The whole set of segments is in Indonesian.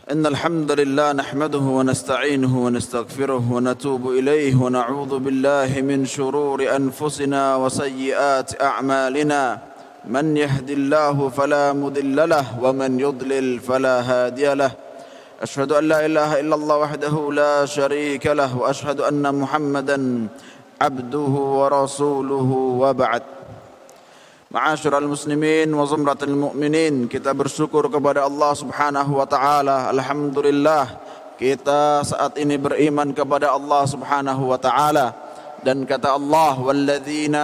إن الحمد لله نحمده ونستعينه ونستغفره ونتوب إليه ونعوذ بالله من شرور أنفسنا وسيئات أعمالنا من يهد الله فلا مضل له ومن يضلل فلا هادي له أشهد أن لا إله إلا الله وحده لا شريك له وأشهد أن محمدا عبده ورسوله وبعد. Ma'asyiral muslimin wa zumratul mu'minin, kita bersyukur kepada Allah Subhanahu wa taala. Alhamdulillah kita saat ini beriman kepada Allah Subhanahu wa taala, dan kata Allah, walladzina,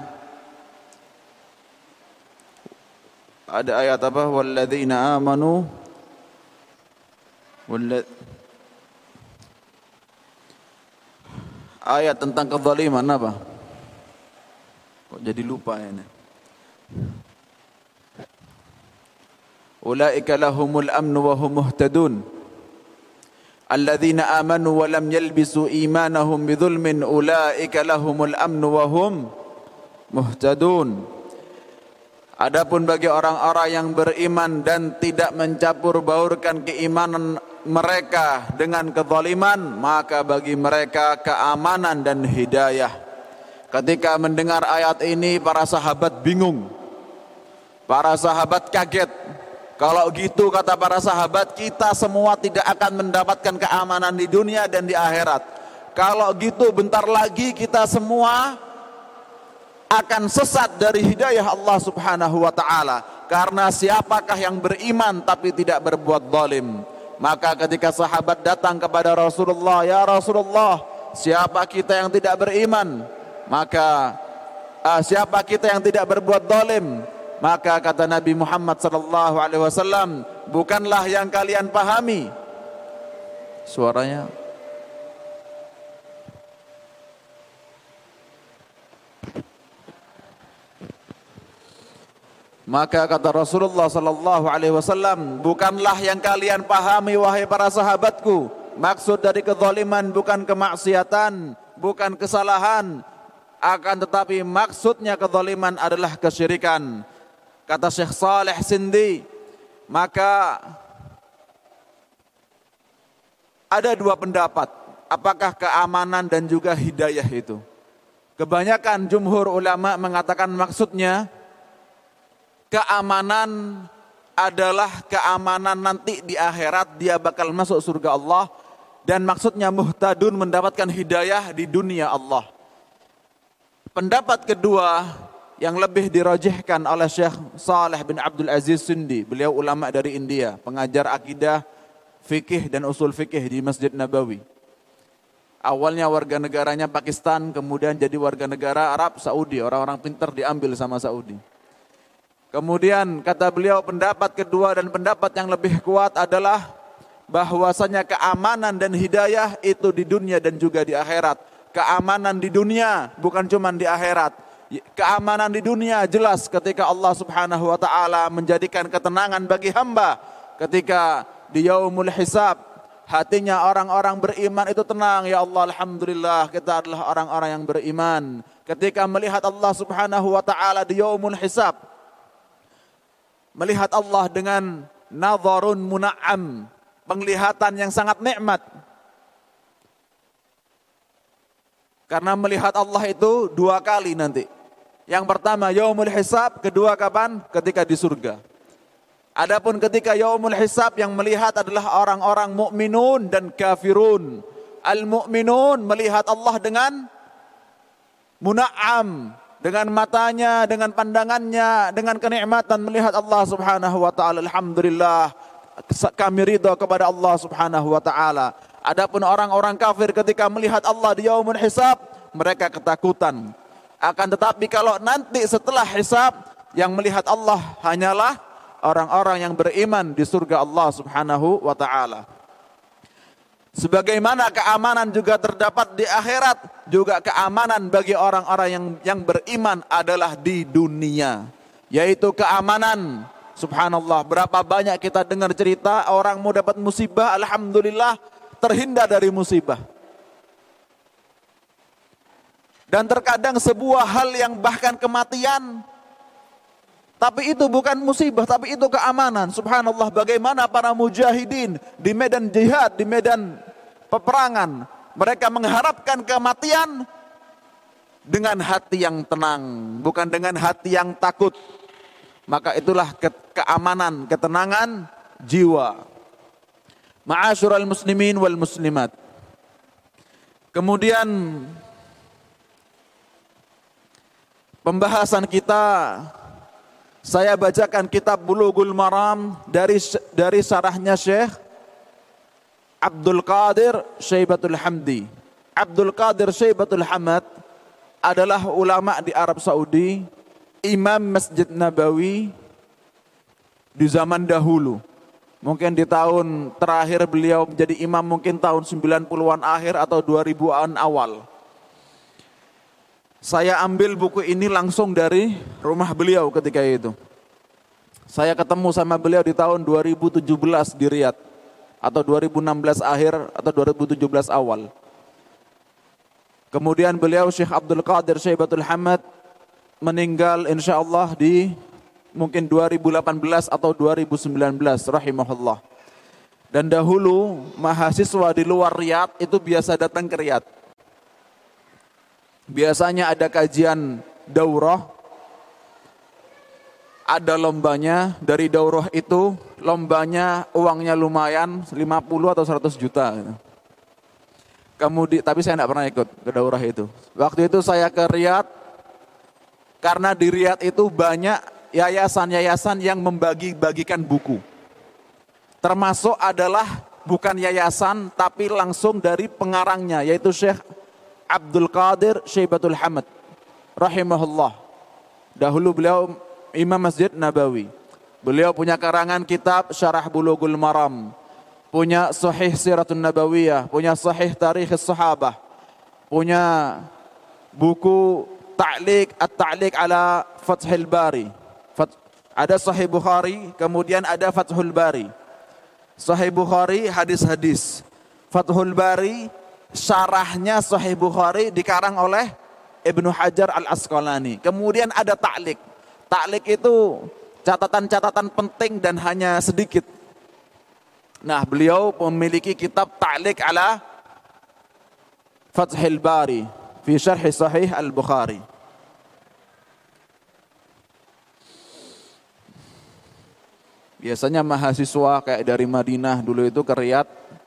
ada ayat apa? Walladzina amanu ayat tentang kezaliman apa? Kok jadi lupa ini? Ulaika lahumul amnu wa hum muhtadun alladzina amanu wa lam yalbisu imanahum bidzulmin ulaika lahumul amnu wa hum muhtadun. Adapun bagi orang-orang yang beriman dan tidak mencampur baurkan keimanan mereka dengan kezaliman, maka bagi mereka keamanan dan hidayah. Ketika mendengar ayat ini, para sahabat bingung. Para sahabat kaget. Kalau gitu, kata para sahabat, kita semua tidak akan mendapatkan keamanan di dunia dan di akhirat. Kalau gitu, bentar lagi kita semua akan sesat dari hidayah Allah Subhanahu wa taala. Karena siapakah yang beriman tapi tidak berbuat zalim? Maka ketika sahabat datang kepada Rasulullah, ya Rasulullah, siapa kita yang tidak beriman? Maka siapa kita yang tidak berbuat zalim? Maka kata Nabi Muhammad sallallahu alaihi wasallam, bukanlah yang kalian pahami. Suaranya Maka kata Rasulullah sallallahu alaihi wasallam, bukanlah yang kalian pahami wahai para sahabatku. Maksud dari kezaliman bukan kemaksiatan, bukan kesalahan, akan tetapi maksudnya kezaliman adalah kesyirikan. Kata Syekh Saleh Sindi, maka ada dua pendapat, apakah keamanan dan juga hidayah itu. Kebanyakan jumhur ulama mengatakan maksudnya keamanan adalah keamanan nanti di akhirat, dia bakal masuk surga Allah, dan maksudnya muhtadun, mendapatkan hidayah di dunia Allah. Pendapat kedua yang lebih dirajihkan oleh Syekh Saleh bin Abdul Aziz Sindi, beliau ulama dari India, pengajar akidah, fikih dan usul fikih di Masjid Nabawi. Awalnya warga negaranya Pakistan, kemudian jadi warga negara Arab Saudi, orang-orang pintar diambil sama Saudi. Kemudian kata beliau, pendapat kedua dan pendapat yang lebih kuat adalah bahwasanya keamanan dan hidayah itu di dunia dan juga di akhirat. Keamanan di dunia bukan cuma di akhirat. Keamanan di dunia jelas ketika Allah Subhanahu wa taala menjadikan ketenangan bagi hamba ketika di yaumul hisab, hatinya orang-orang beriman itu tenang. Ya Allah, alhamdulillah kita adalah orang-orang yang beriman. Ketika melihat Allah Subhanahu wa taala di yaumul hisab, melihat Allah dengan nazarun muna'am, penglihatan yang sangat nikmat. Karena melihat Allah itu dua kali nanti. Yang pertama yaumul hisab, kedua kapan? Ketika di surga. Adapun ketika yaumul hisab yang melihat adalah orang-orang mukminun dan kafirun. Al-mu'minun melihat Allah dengan muna'am, dengan matanya, dengan pandangannya, dengan kenikmatan melihat Allah Subhanahu wa taala. Alhamdulillah, kami ridha kepada Allah Subhanahu wa taala. Adapun orang-orang kafir ketika melihat Allah di yaumul hisab, mereka ketakutan. Akan tetapi kalau nanti setelah hisab, yang melihat Allah hanyalah orang-orang yang beriman di surga Allah Subhanahu wa taala. Sebagaimana keamanan juga terdapat di akhirat, juga keamanan bagi orang-orang yang beriman adalah di dunia, yaitu keamanan. Subhanallah, berapa banyak kita dengar cerita orang mau dapat musibah, alhamdulillah terhindar dari musibah. Dan terkadang sebuah hal yang bahkan kematian Tapi itu bukan musibah, tapi itu keamanan. Subhanallah, bagaimana para mujahidin di medan jihad, di medan peperangan, mereka mengharapkan kematian dengan hati yang tenang, bukan dengan hati yang takut. Maka itulah keamanan, ketenangan jiwa. Ma'asyiral muslimin wal muslimat. Kemudian pembahasan kita, saya bacakan kitab Bulughul Maram dari syarahnya Syekh Abdul Qadir Syaibatul Hamdi. Abdul Qadir Syaibatul Hamad adalah ulama di Arab Saudi, imam Masjid Nabawi di zaman dahulu. Mungkin di tahun terakhir beliau menjadi imam mungkin tahun 90-an akhir atau 2000-an awal. Saya ambil buku ini langsung dari rumah beliau ketika itu. Saya ketemu sama beliau di tahun 2017 di Riyadh, atau 2016 akhir atau 2017 awal. Kemudian beliau Syekh Abdul Qadir Syaibatul Hamad meninggal insyaallah di mungkin 2018 atau 2019 rahimahullah. Dan dahulu mahasiswa di luar Riyadh itu biasa datang ke Riyadh. Biasanya ada kajian daurah, ada lombanya. Dari daurah itu lombanya uangnya lumayan 50 atau 100 juta. Kemudian, tapi saya tidak pernah ikut ke daurah itu. Waktu itu saya ke Riyadh, karena di Riyadh itu banyak yayasan-yayasan yang membagi-bagikan buku. Termasuk adalah bukan yayasan, tapi langsung dari pengarangnya, yaitu Syekh Abdul Qadir Syaibatul Hamad rahimahullah. Dahulu beliau imam Masjid Nabawi. Beliau punya karangan kitab Syarah Bulughul Maram, punya Sahih Siratun Nabawiyah, punya Sahih Tarikhis Sahabah, punya buku At-Ta'liq ala Fathul Bari. Ada Sahih Bukhari, kemudian ada Fathul Bari. Sahih Bukhari hadis-hadis, Fathul Bari syarahnya Sahih Bukhari dikarang oleh Ibnu Hajar Al-Asqalani. Kemudian ada ta'liq. Ta'liq itu catatan-catatan penting dan hanya sedikit. Nah, beliau memiliki kitab Ta'liq ala Fathul Bari fi Syarh Sahih Al-Bukhari. Biasanya mahasiswa kayak dari Madinah dulu itu ke Riyadh,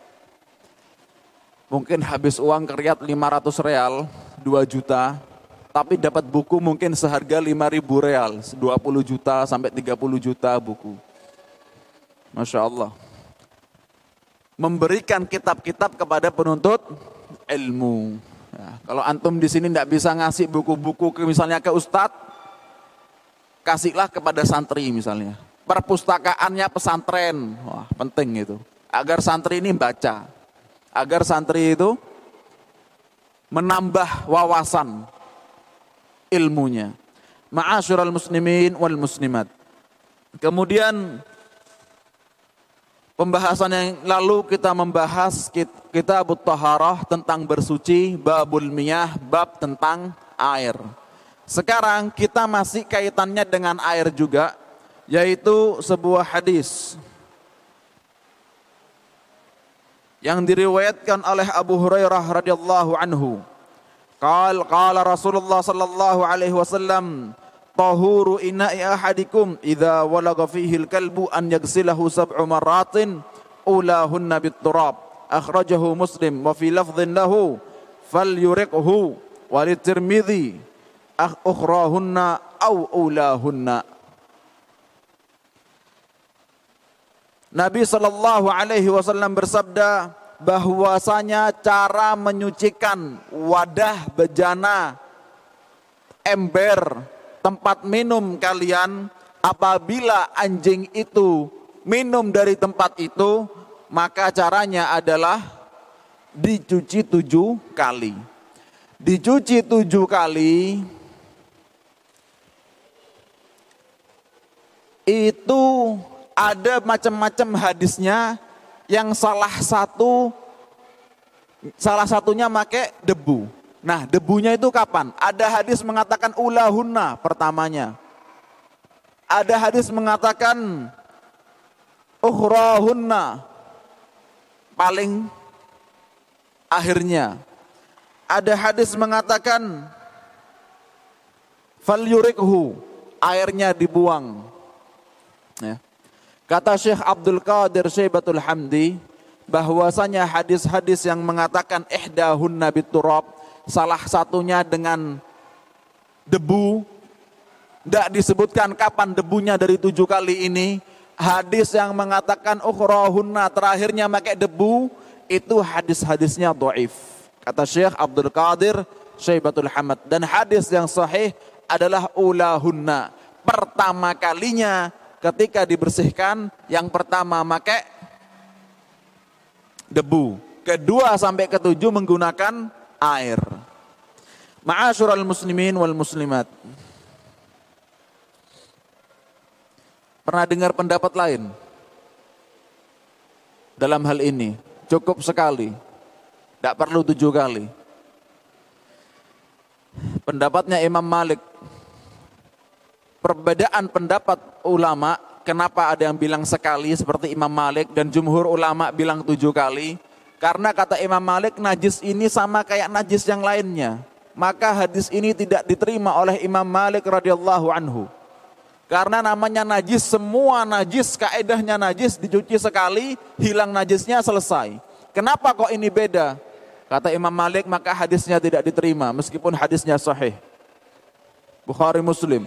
mungkin habis uang ke Riyadh 500 real, 2 juta, tapi dapat buku mungkin seharga 5.000 real, 20 juta sampai 30 juta buku. Masya Allah. Memberikan kitab-kitab kepada penuntut ilmu. Nah, kalau antum di sini tidak bisa ngasih buku-buku misalnya ke ustadz, kasihlah kepada santri misalnya. Perpustakaannya pesantren, wah penting itu. Agar santri ini baca, agar santri itu menambah wawasan ilmunya. Ma'asyiral muslimin wal muslimat. Kemudian pembahasan yang lalu kita membahas Kitabut Taharah tentang bersuci, babul miyah, bab tentang air. Sekarang kita masih kaitannya dengan air juga, yaitu sebuah hadis yang diriwayatkan oleh Abu Hurairah radhiyallahu anhu. Qala Rasulullah sallallahu alaihi wasallam, tahuru ina'i ahadikum idza walagha fihi al-kalbu an yaghsilahu 7 marratin ulahunna bit-turab. Akhrajahu Muslim wa fi lafdhin lahu falyuriqhu wa li-Tirmidzi ukhrahunna aw ulahunna. Nabi sallallahu alaihi wasallam bersabda bahwasanya cara menyucikan wadah, bejana, ember, tempat minum kalian, apabila anjing itu minum dari tempat itu, maka caranya adalah dicuci 7 kali. Dicuci 7 kali itu ada macam-macam hadisnya, yang salah satunya pakai debu. Nah, debunya itu kapan? Ada hadis mengatakan ulahunna pertamanya. Ada hadis mengatakan ukhrahunna, paling akhirnya. Ada hadis mengatakan falyurikhu, airnya dibuang. Ya. Kata Syekh Abdul Qadir Syaibatul Hamdi, bahwasanya hadis-hadis yang mengatakan ihdahunna biturab, salah satunya dengan debu, tidak disebutkan kapan debunya dari 7 kali ini. Hadis yang mengatakan ukhrahunna, terakhirnya pakai debu, itu hadis-hadisnya dhaif. Kata Syekh Abdul Qadir Syaibatul Hamad. Dan hadis yang sahih adalah ulahunna, pertama kalinya ketika dibersihkan, yang pertama pakai debu, kedua sampai ketujuh menggunakan air. Ma'asyiral muslimin wal muslimat, pernah dengar pendapat lain dalam hal ini? Cukup sekali, tidak perlu 7 kali. Pendapatnya Imam Malik. Perbedaan pendapat ulama, kenapa ada yang bilang sekali seperti Imam Malik dan jumhur ulama bilang 7 kali? Karena kata Imam Malik, najis ini sama kayak najis yang lainnya. Maka hadis ini tidak diterima oleh Imam Malik radhiyallahu anhu. Karena namanya najis, semua najis, kaedahnya najis, dicuci sekali, hilang najisnya, selesai. Kenapa kok ini beda? Kata Imam Malik, maka hadisnya tidak diterima meskipun hadisnya sahih, Bukhari Muslim.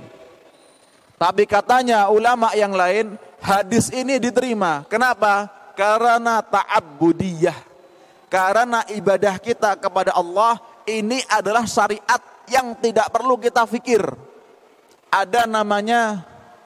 Tapi katanya ulama yang lain, hadis ini diterima. Kenapa? Karena ta'abbudiyah, karena ibadah kita kepada Allah ini adalah syariat yang tidak perlu kita fikir. Ada namanya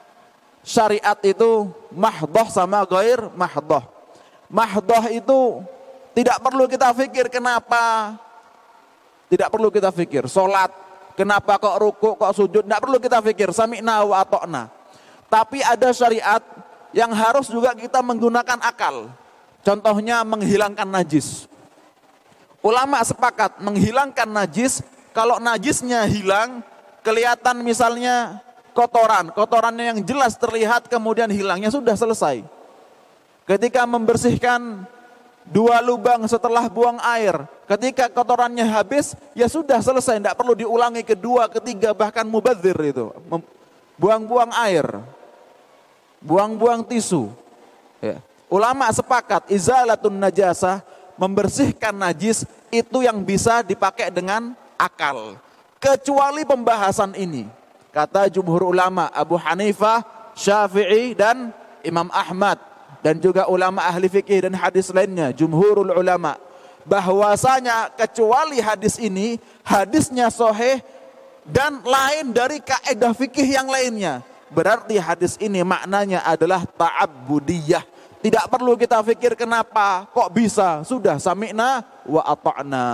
syariat itu mahdhah sama ghair mahdhah. Mahdhah itu tidak perlu kita fikir. Kenapa? Tidak perlu kita fikir. Salat, kenapa kok rukuk, kok sujud, tidak perlu kita fikir. Sami'na wa ata'na. Tapi ada syariat yang harus juga kita menggunakan akal. Contohnya menghilangkan najis. Ulama sepakat menghilangkan najis. Kalau najisnya hilang, kelihatan misalnya kotorannya yang jelas terlihat kemudian hilangnya, sudah selesai. Ketika membersihkan 2 lubang setelah buang air, ketika kotorannya habis, ya sudah selesai, tidak perlu diulangi kedua, ketiga, bahkan mubadzir itu, buang-buang air, buang-buang tisu. Ya. Ulama sepakat izalatun najasah, membersihkan najis itu yang bisa dipakai dengan akal. Kecuali pembahasan ini, kata jumhur ulama, Abu Hanifah, Syafi'i dan Imam Ahmad, dan juga ulama ahli fikih dan hadis lainnya, jumhurul ulama, bahwasanya kecuali hadis ini, hadisnya sahih dan lain dari kaidah fikih yang lainnya, berarti hadis ini maknanya adalah ta'abbudiyah. Tidak perlu kita fikir kenapa, kok bisa, sudah sami'na wa ata'na.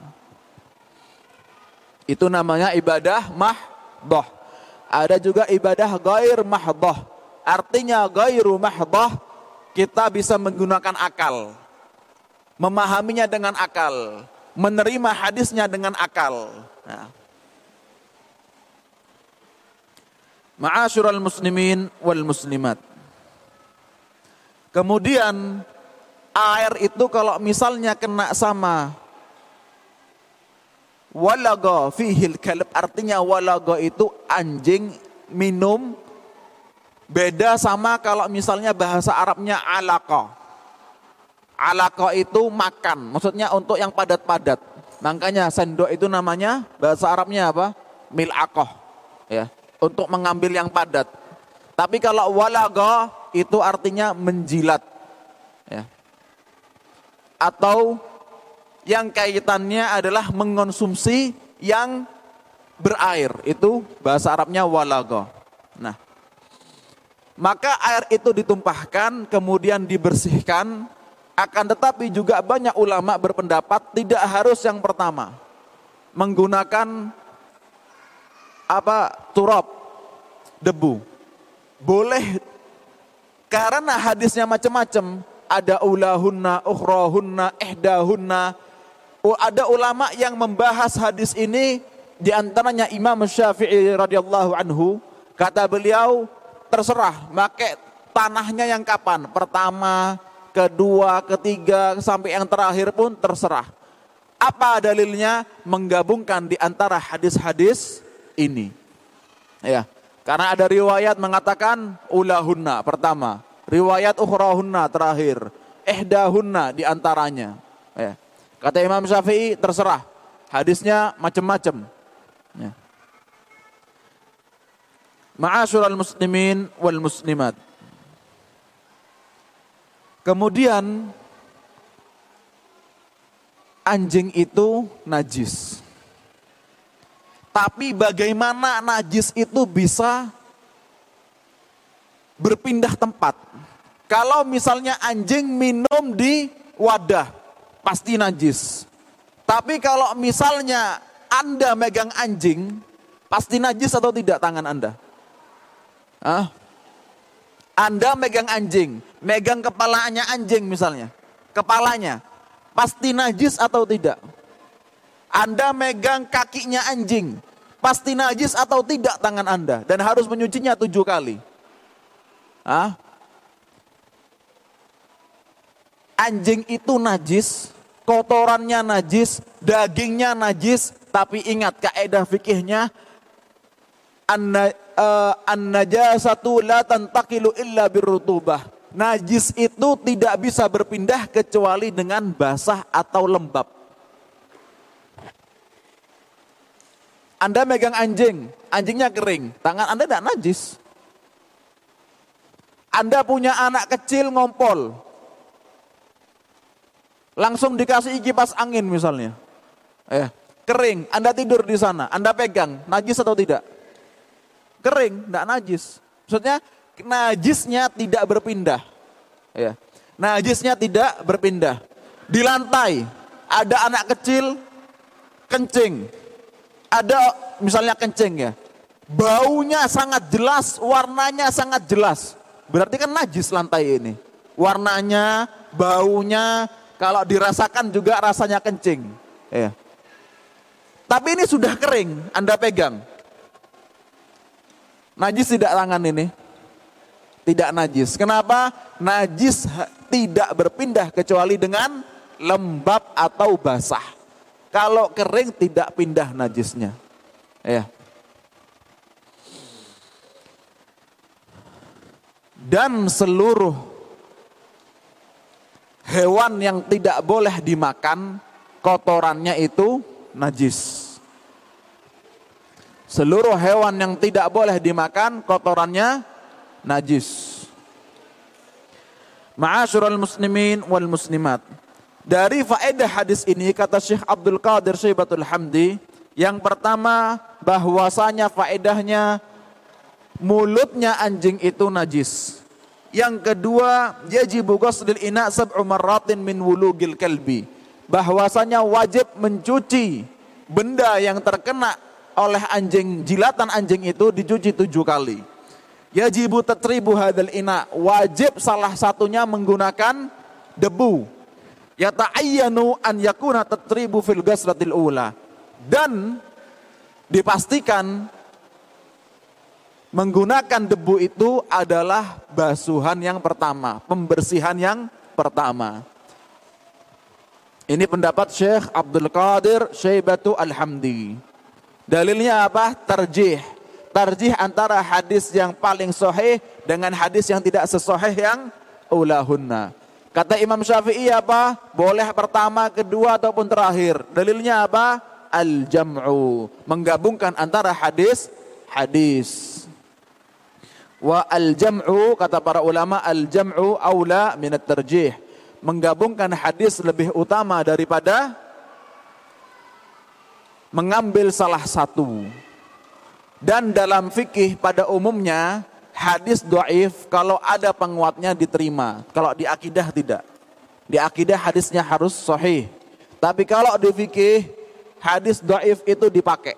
Itu namanya ibadah mahdhah. Ada juga ibadah ghair mahdhah. Artinya ghairu mahdhah, kita bisa menggunakan akal, memahaminya dengan akal, menerima hadisnya dengan akal. Nah. Ma'asyiral muslimin wal muslimat. Kemudian air itu kalau misalnya kena sama walaga fihil kalb, artinya walaga itu anjing minum, beda sama kalau misalnya bahasa Arabnya alaqa. Alaqa itu makan, maksudnya untuk yang padat-padat. Makanya sendok itu namanya bahasa Arabnya apa? Mil'aqah, ya, untuk mengambil yang padat. Tapi kalau walaga itu artinya menjilat, ya. Atau yang kaitannya adalah mengonsumsi yang berair, itu bahasa Arabnya walaga. Nah, maka air itu ditumpahkan kemudian dibersihkan. Akan tetapi juga banyak ulama berpendapat tidak harus yang pertama menggunakan turab, debu. Boleh, karena hadisnya macam-macam. Ada ulahunna, ukhrahunna, ihdahunna. Ada ulama yang membahas hadis ini, di antaranya Imam Syafi'i radhiyallahu anhu. Kata beliau, terserah, pakai tanahnya yang kapan, pertama, kedua, ketiga, sampai yang terakhir pun terserah. Apa dalilnya? Menggabungkan di antara hadis-hadis ini. Ya, karena ada riwayat mengatakan ulahunna pertama, riwayat ukhrahunna terakhir, ihdahunna di antaranya. Ya. Kata Imam Syafi'i terserah, hadisnya macam-macam. Ya. Ma'asyiral muslimin wal muslimat. Kemudian anjing itu najis. Tapi bagaimana najis itu bisa berpindah tempat? Kalau misalnya anjing minum di wadah, pasti najis. Tapi kalau misalnya Anda megang anjing, pasti najis atau tidak tangan Anda? Anda megang anjing, megang kepalanya anjing misalnya, kepalanya, pasti najis atau tidak? Anda megang kakinya anjing, pasti najis atau tidak tangan Anda? Dan harus menyucinya 7 kali. Anjing itu najis, kotorannya najis, dagingnya najis, tapi ingat kaidah fikihnya, an-najasatu la tantaqilu illa birrutubah. Najis itu tidak bisa berpindah kecuali dengan basah atau lembab. Anda megang anjing, anjingnya kering, tangan Anda tidak najis. Anda punya anak kecil ngompol, langsung dikasih kipas angin misalnya, kering, Anda tidur di sana, Anda pegang, najis atau tidak? Kering, tidak najis. Maksudnya najisnya tidak berpindah. Ya. Najisnya tidak berpindah. Di lantai ada anak kecil kencing. Ada misalnya kencing ya. Baunya sangat jelas, warnanya sangat jelas. Berarti kan najis lantai ini. Warnanya, baunya, kalau dirasakan juga rasanya kencing. Ya. Tapi ini sudah kering, Anda pegang. Najis tidak tangan ini? Tidak najis. Kenapa? Najis tidak berpindah kecuali dengan lembab atau basah. Kalau kering tidak pindah najisnya. Ya. Dan seluruh hewan yang tidak boleh dimakan, kotorannya itu najis. Seluruh hewan yang tidak boleh dimakan, kotorannya najis. Ma'asyiral muslimin wal muslimat. Dari faedah hadis ini, kata Syekh Abdul Qadir Syaibatul Hamdi, yang pertama bahwasanya faedahnya mulutnya anjing itu najis. Yang kedua, yajibu ghuslul ina' sab'u marratin min wulugil kalbi. Bahwasanya wajib mencuci benda yang terkena oleh anjing, jilatan anjing itu dicuci 7 kali. Yajibu tatribu hadzal ina, wajib salah satunya menggunakan debu. Yata'ayyanu an yakuna tatribu fil ghasratil ula. Dan dipastikan menggunakan debu itu adalah basuhan yang pertama, pembersihan yang pertama. Ini pendapat Syekh Abdul Qadir Syaibatul Hamdi. Dalilnya apa? Tarjih. Tarjih antara hadis yang paling sahih dengan hadis yang tidak sesahih yang ulahunna. Kata Imam Syafi'i apa? Boleh pertama, kedua ataupun terakhir. Dalilnya apa? Al-jam'u. Menggabungkan antara hadis. Wa al-jam'u, kata para ulama, al-jam'u aula minat tarjih. Menggabungkan hadis lebih utama daripada mengambil salah satu. Dan dalam fikih pada umumnya hadis dhaif kalau ada penguatnya diterima, kalau di akidah tidak. Di akidah hadisnya harus sahih. Tapi kalau di fikih hadis dhaif itu dipakai.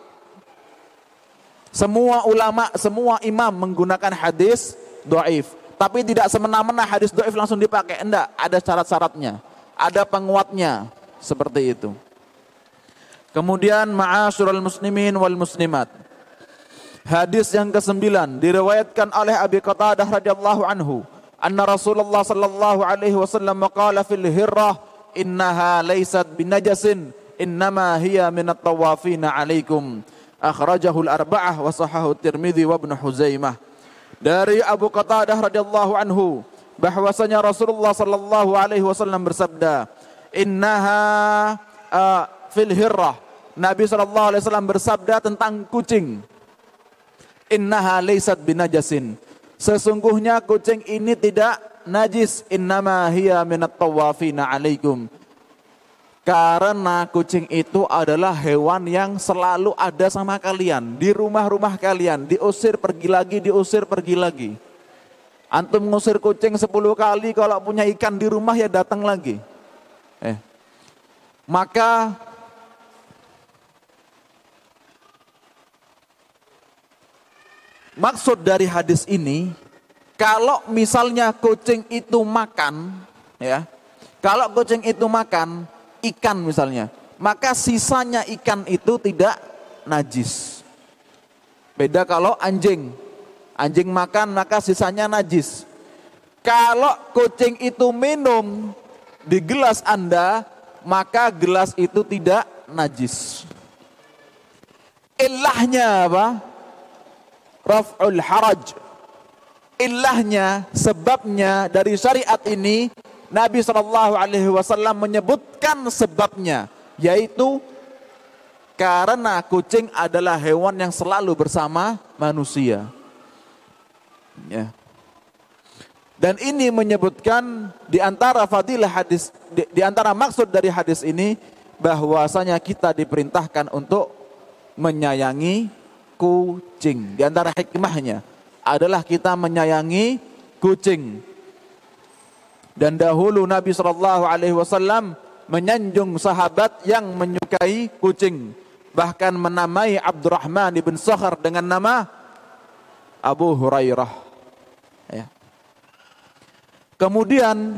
Semua ulama, semua imam menggunakan hadis dhaif, tapi tidak semena-mena hadis dhaif langsung dipakai. Enggak, ada syarat-syaratnya, ada penguatnya, seperti itu. Kemudian ma'asyiral muslimin wal muslimat. Hadis yang ke-9 diriwayatkan oleh Abi Qatadah radhiyallahu anhu, anna Rasulullah sallallahu alaihi wasallam qala fil hirrah innaha laysat binajasin innama hiya minat tawafina alaikum. Akhrajahu al-arba'ah wa sahahu Tirmidzi wa Ibnu Huzaimah. Dari Abu Qatadah radhiyallahu anhu bahwasanya Rasulullah sallallahu alaihi wasallam bersabda, innaha fil hirrah. Nabi sallallahu alaihi wasallam bersabda tentang kucing. Innaha laysat binajasin. Sesungguhnya kucing ini tidak najis. Innama hiya minat tawafina alaikum. Karena kucing itu adalah hewan yang selalu ada sama kalian, di rumah-rumah kalian, diusir pergi lagi, diusir pergi lagi. Antum ngusir kucing 10 kali, kalau punya ikan di rumah ya datang lagi. Maka maksud dari hadis ini, kalau misalnya kucing itu makan, ya, kalau kucing itu makan ikan misalnya, maka sisanya ikan itu tidak najis. Beda kalau anjing makan maka sisanya najis. Kalau kucing itu minum di gelas Anda, maka gelas itu tidak najis. Ilahnya apa? Raf'ul haraj. Ilahnya, sebabnya dari syariat ini, Nabi SAW menyebutkan sebabnya, yaitu karena kucing adalah hewan yang selalu bersama manusia. Ya. Dan ini menyebutkan di antara fadilah hadis, di antara maksud dari hadis ini, bahwasanya kita diperintahkan untuk menyayangi kucing. Di antara hikmahnya adalah kita menyayangi kucing. Dan dahulu Nabi SAW menyanjung sahabat yang menyukai kucing. Bahkan menamai Abdurrahman ibn Sakhar dengan nama Abu Hurairah. Ya. Kemudian,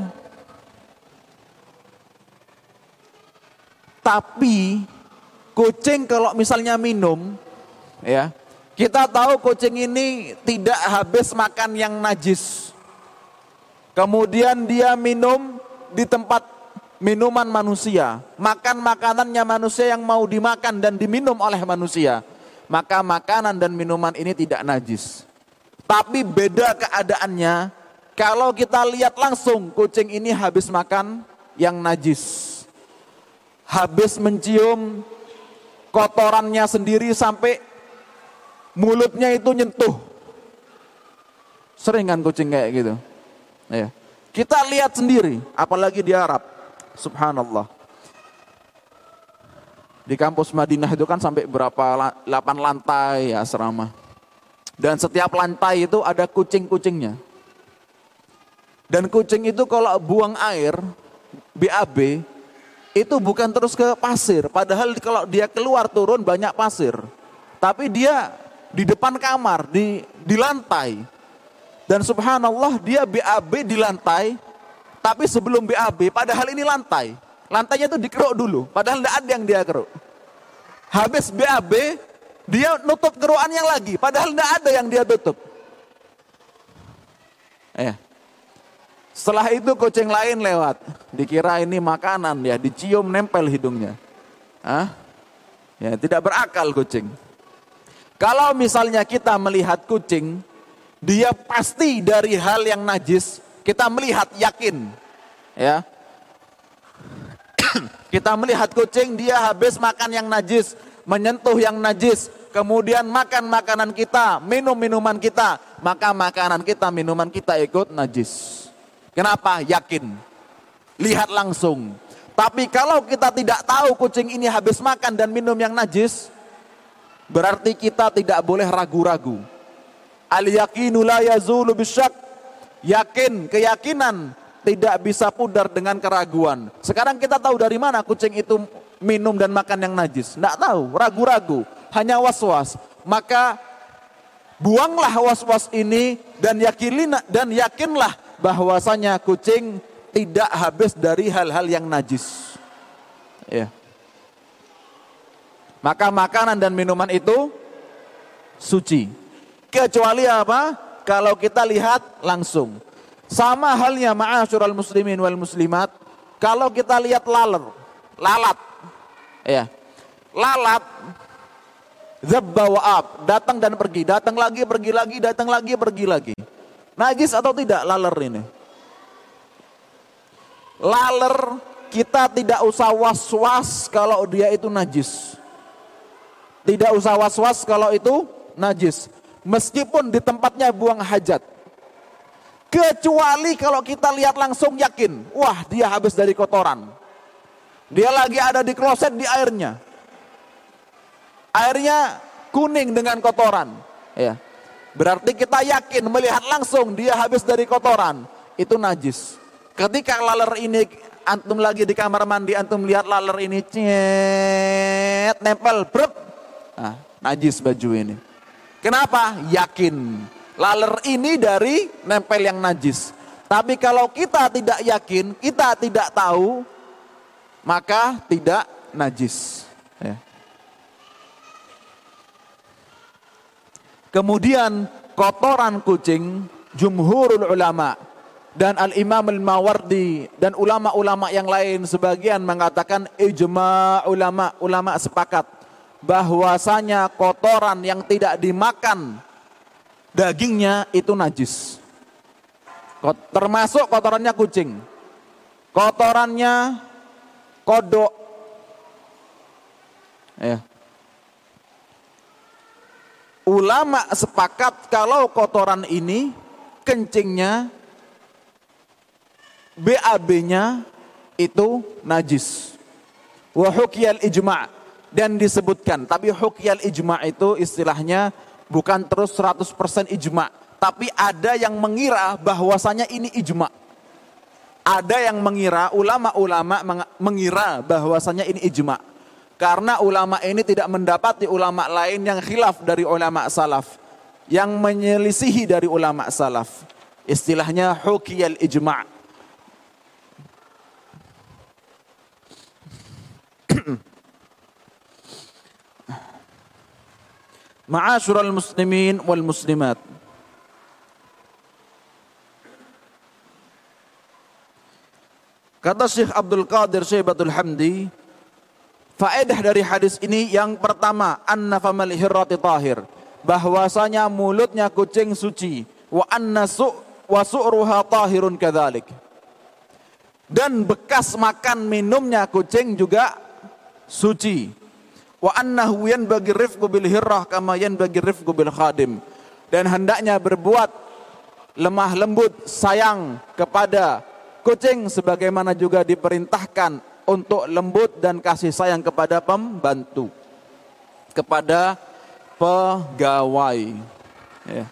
tapi kucing kalau misalnya minum, ya, kita tahu kucing ini tidak habis makan yang najis. Kemudian dia minum di tempat minuman manusia, makan makanannya manusia yang mau dimakan dan diminum oleh manusia, maka makanan dan minuman ini tidak najis. Tapi beda keadaannya kalau kita lihat langsung kucing ini habis makan yang najis, habis mencium kotorannya sendiri sampai mulutnya itu nyentuh. Sering kan kucing kayak gitu. Ya. Kita lihat sendiri, apalagi di Arab. Subhanallah. Di kampus Madinah itu kan sampai berapa 8 lantai ya asrama. Dan setiap lantai itu ada kucing-kucingnya. Dan kucing itu kalau buang air BAB itu bukan terus ke pasir, padahal kalau dia keluar turun banyak pasir. Tapi dia di depan kamar, di lantai. Dan subhanallah dia BAB di lantai, tapi sebelum BAB, padahal ini lantai. Lantainya itu dikeruk dulu, padahal tidak ada yang dia keruk. Habis BAB, dia nutup kerukannya lagi, padahal tidak ada yang dia tutup. Setelah itu kucing lain lewat, dikira ini makanan ya, dicium nempel hidungnya. Ya, tidak berakal kucing. Kalau misalnya kita melihat kucing, dia pasti dari hal yang najis, kita melihat yakin, ya. Kita melihat kucing, dia habis makan yang najis, menyentuh yang najis, kemudian makan makanan kita, minum minuman kita, maka makanan kita, minuman kita ikut najis. Kenapa? Yakin, lihat langsung. Tapi kalau kita tidak tahu kucing ini habis makan dan minum yang najis, berarti kita tidak boleh ragu-ragu. Al-yaqinu la yazulu bisyak. Yakin, keyakinan tidak bisa pudar dengan keraguan. Sekarang kita tahu dari mana kucing itu minum dan makan yang najis? Tidak tahu, ragu-ragu, hanya was-was. Maka buanglah was-was ini dan yakinlah bahwasanya kucing tidak habis dari hal-hal yang najis. Ya. Maka makanan dan minuman itu suci. Kecuali apa? Kalau kita lihat langsung. Sama halnya ma'asyiral muslimin wal muslimat, kalau kita lihat lalat, ya, lalat, zabba wa'ab, datang dan pergi, datang lagi, pergi lagi, datang lagi, pergi lagi. Najis atau tidak laler ini? Laler kita tidak usah was-was kalau dia itu najis. Tidak usah was-was kalau itu najis. Meskipun di tempatnya buang hajat. Kecuali kalau kita lihat langsung yakin, wah dia habis dari kotoran. Dia lagi ada di kloset di airnya. Airnya kuning dengan kotoran. Ya. Berarti kita yakin melihat langsung dia habis dari kotoran. Itu najis. Ketika laler ini, antum lagi di kamar mandi, antum lihat laler ini, nempel, brep. Nah, najis baju ini. Kenapa? Yakin. Laler ini dari nempel yang najis. Tapi kalau kita tidak yakin, kita tidak tahu, maka tidak najis. Ya. Kemudian kotoran kucing, jumhurul ulama dan al-imam al-Mawardi dan ulama-ulama yang lain sebagian mengatakan ijma' ulama sepakat bahwasanya kotoran yang tidak dimakan dagingnya itu najis. Termasuk kotorannya kucing, kotorannya kodok, ya. Ulama sepakat kalau kotoran ini kencingnya, BAB-nya itu najis. Wa hukiyal ijma', dan disebutkan, tapi hukiyal ijma' itu istilahnya bukan terus 100% ijma', tapi ada yang mengira bahwasanya ini ijma'. Ada yang mengira, ulama-ulama mengira bahwasanya ini ijma'. Karena ulama ini tidak mendapati ulama lain yang khilaf dari ulama salaf, yang menyelisihi dari ulama salaf. Istilahnya hukiyal ijma'. Ma'asyiral muslimin wal muslimat. Kata Syekh Abdul Qadir Syaibatul Hamdi, faedah dari hadis ini yang pertama, anna famal hirrati tahir, bahwasanya mulutnya kucing suci, wa anna su'ruha tahirun kadzalik. Dan bekas makan minumnya kucing juga suci. Wa annahu yanbaghi rifqu bil hirrah kama yanbaghi rifqu bil khadim. Dan hendaknya berbuat lemah lembut, sayang kepada kucing sebagaimana juga diperintahkan untuk lembut dan kasih sayang kepada pembantu, kepada pegawai. Ya.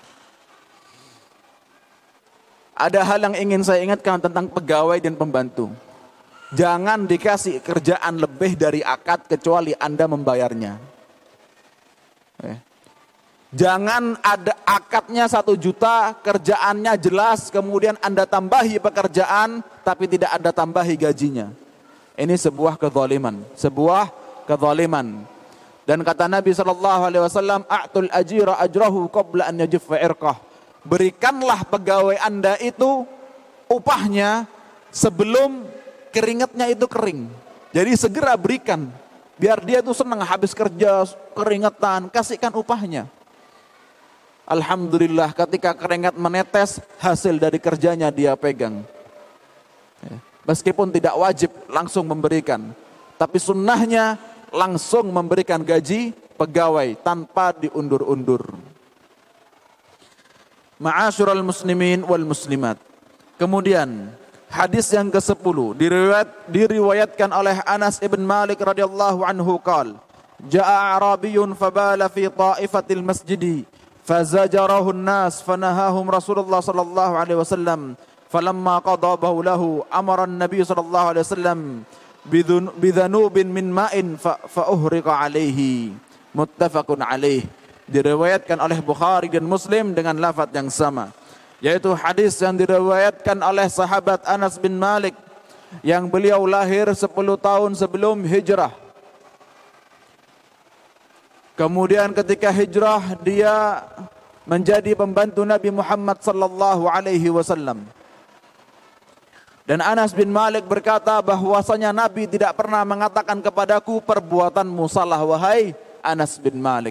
Ada hal yang ingin saya ingatkan tentang pegawai dan pembantu. Jangan dikasih kerjaan lebih dari akad kecuali Anda membayarnya. Ya. Jangan ada akadnya 1 juta, kerjaannya jelas, kemudian Anda tambahi pekerjaan, tapi tidak Anda tambahi gajinya. Ini sebuah kezaliman, Dan kata Nabi SAW, a'tul ajira ajrahu qabla an yajiffa irqah. Berikanlah pegawai Anda itu upahnya sebelum keringatnya itu kering. Jadi segera berikan, biar dia itu senang habis kerja keringetan, kasihkan upahnya. Alhamdulillah ketika keringat menetes, hasil dari kerjanya dia pegang. Meskipun tidak wajib langsung memberikan, tapi sunnahnya langsung memberikan gaji pegawai tanpa diundur-undur. Ma'asyiral muslimin wal muslimat. Kemudian hadis yang ke-10 diriwayatkan oleh Anas ibn Malik radhiyallahu anhu qala, ja'a Arabiyyun fabala fi ta'ifatil masjidi fazajarahu an-nas fanahahum Rasulullah sallallahu alaihi wasallam falamma qada bawlahu amara an-nabiy sallallahu alaihi wasallam bidhanubin min ma'in fa uhriqa alaihi. Muttafaqun alaih. Diriwayatkan oleh Bukhari dan Muslim dengan lafaz yang sama, yaitu hadis yang diriwayatkan oleh sahabat Anas bin Malik yang beliau lahir 10 tahun sebelum hijrah. Kemudian ketika hijrah dia menjadi pembantu Nabi Muhammad sallallahu alaihi wasallam. Dan Anas bin Malik berkata bahwasanya Nabi tidak pernah mengatakan kepadaku perbuatanmu salah wahai Anas bin Malik.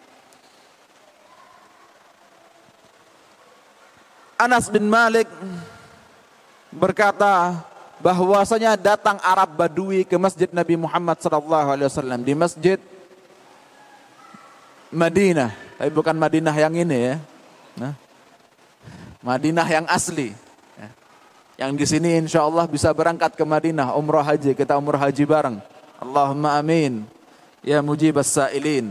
Anas bin Malik berkata bahwasanya datang Arab Badui ke masjid Nabi Muhammad sallallahu alaihi wasallam di masjid Madinah, tapi bukan Madinah yang ini ya. Madinah yang asli. Yang di sini insya Allah bisa berangkat ke Madinah umrah haji, kita umrah haji bareng. Allahumma amin ya mujibas sa'ilin.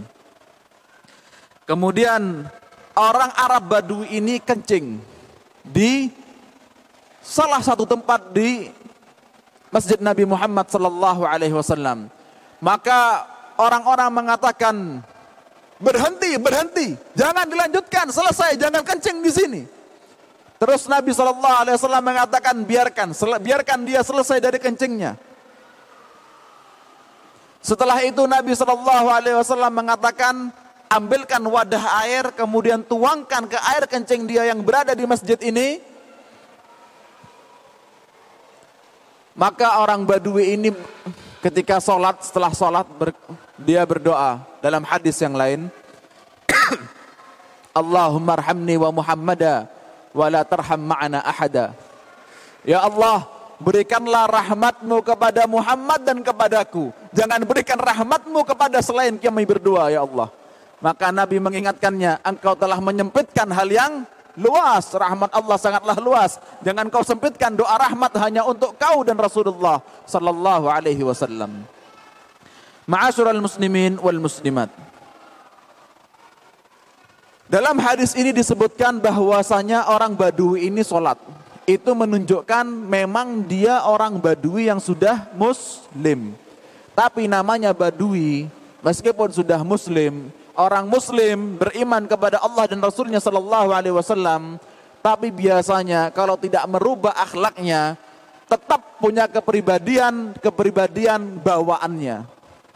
Kemudian orang Arab Badui ini kencing di salah satu tempat di Masjid Nabi Muhammad sallallahu alaihi wasallam. Maka orang-orang mengatakan, berhenti, jangan dilanjutkan, selesai, jangan kencing di sini. Terus Nabi SAW mengatakan biarkan dia selesai dari kencingnya. Setelah itu Nabi SAW mengatakan ambilkan wadah air, kemudian tuangkan ke air kencing dia yang berada di masjid ini. Maka orang Badui ini ketika sholat, setelah sholat dia berdoa dalam hadis yang lain. Allahumma arhamni wa Muhammada wa la tarham ma'ana ahada. Ya Allah, berikanlah rahmatmu kepada Muhammad dan kepadaku. Jangan berikan rahmatmu kepada selain kami berdua ya Allah. Maka Nabi mengingatkannya, engkau telah menyempitkan hal yang luas. Rahmat Allah sangatlah luas. Jangan kau sempitkan doa rahmat hanya untuk kau dan Rasulullah sallallahu alaihi wasallam. Ma'asyiral muslimin wal muslimat. Dalam hadis ini disebutkan bahwasanya orang Badui ini sholat. Itu menunjukkan memang dia orang Badui yang sudah muslim. Tapi namanya Badui, meskipun sudah muslim, orang muslim beriman kepada Allah dan Rasulnya sallallahu alaihi wasallam, tapi biasanya kalau tidak merubah akhlaknya, tetap punya kepribadian bawaannya.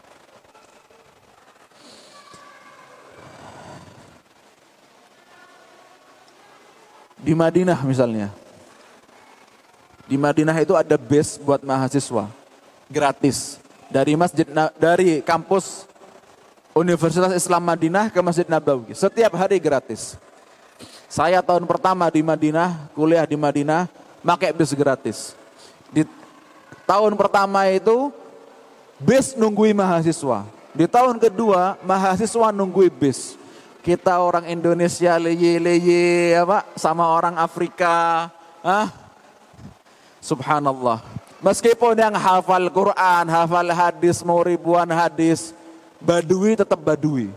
Di Madinah misalnya. Di Madinah itu ada bus buat mahasiswa gratis dari kampus Universitas Islam Madinah ke Masjid Nabawi. Setiap hari gratis. Saya tahun pertama di Madinah, kuliah di Madinah, pakai bus gratis. Di tahun pertama itu bus nunggui mahasiswa. Di tahun kedua mahasiswa nunggui bus. Kita orang Indonesia leye sama orang Afrika. Subhanallah. Meskipun yang hafal Quran, hafal hadis, mau ribuan hadis, Badui tetap Badui.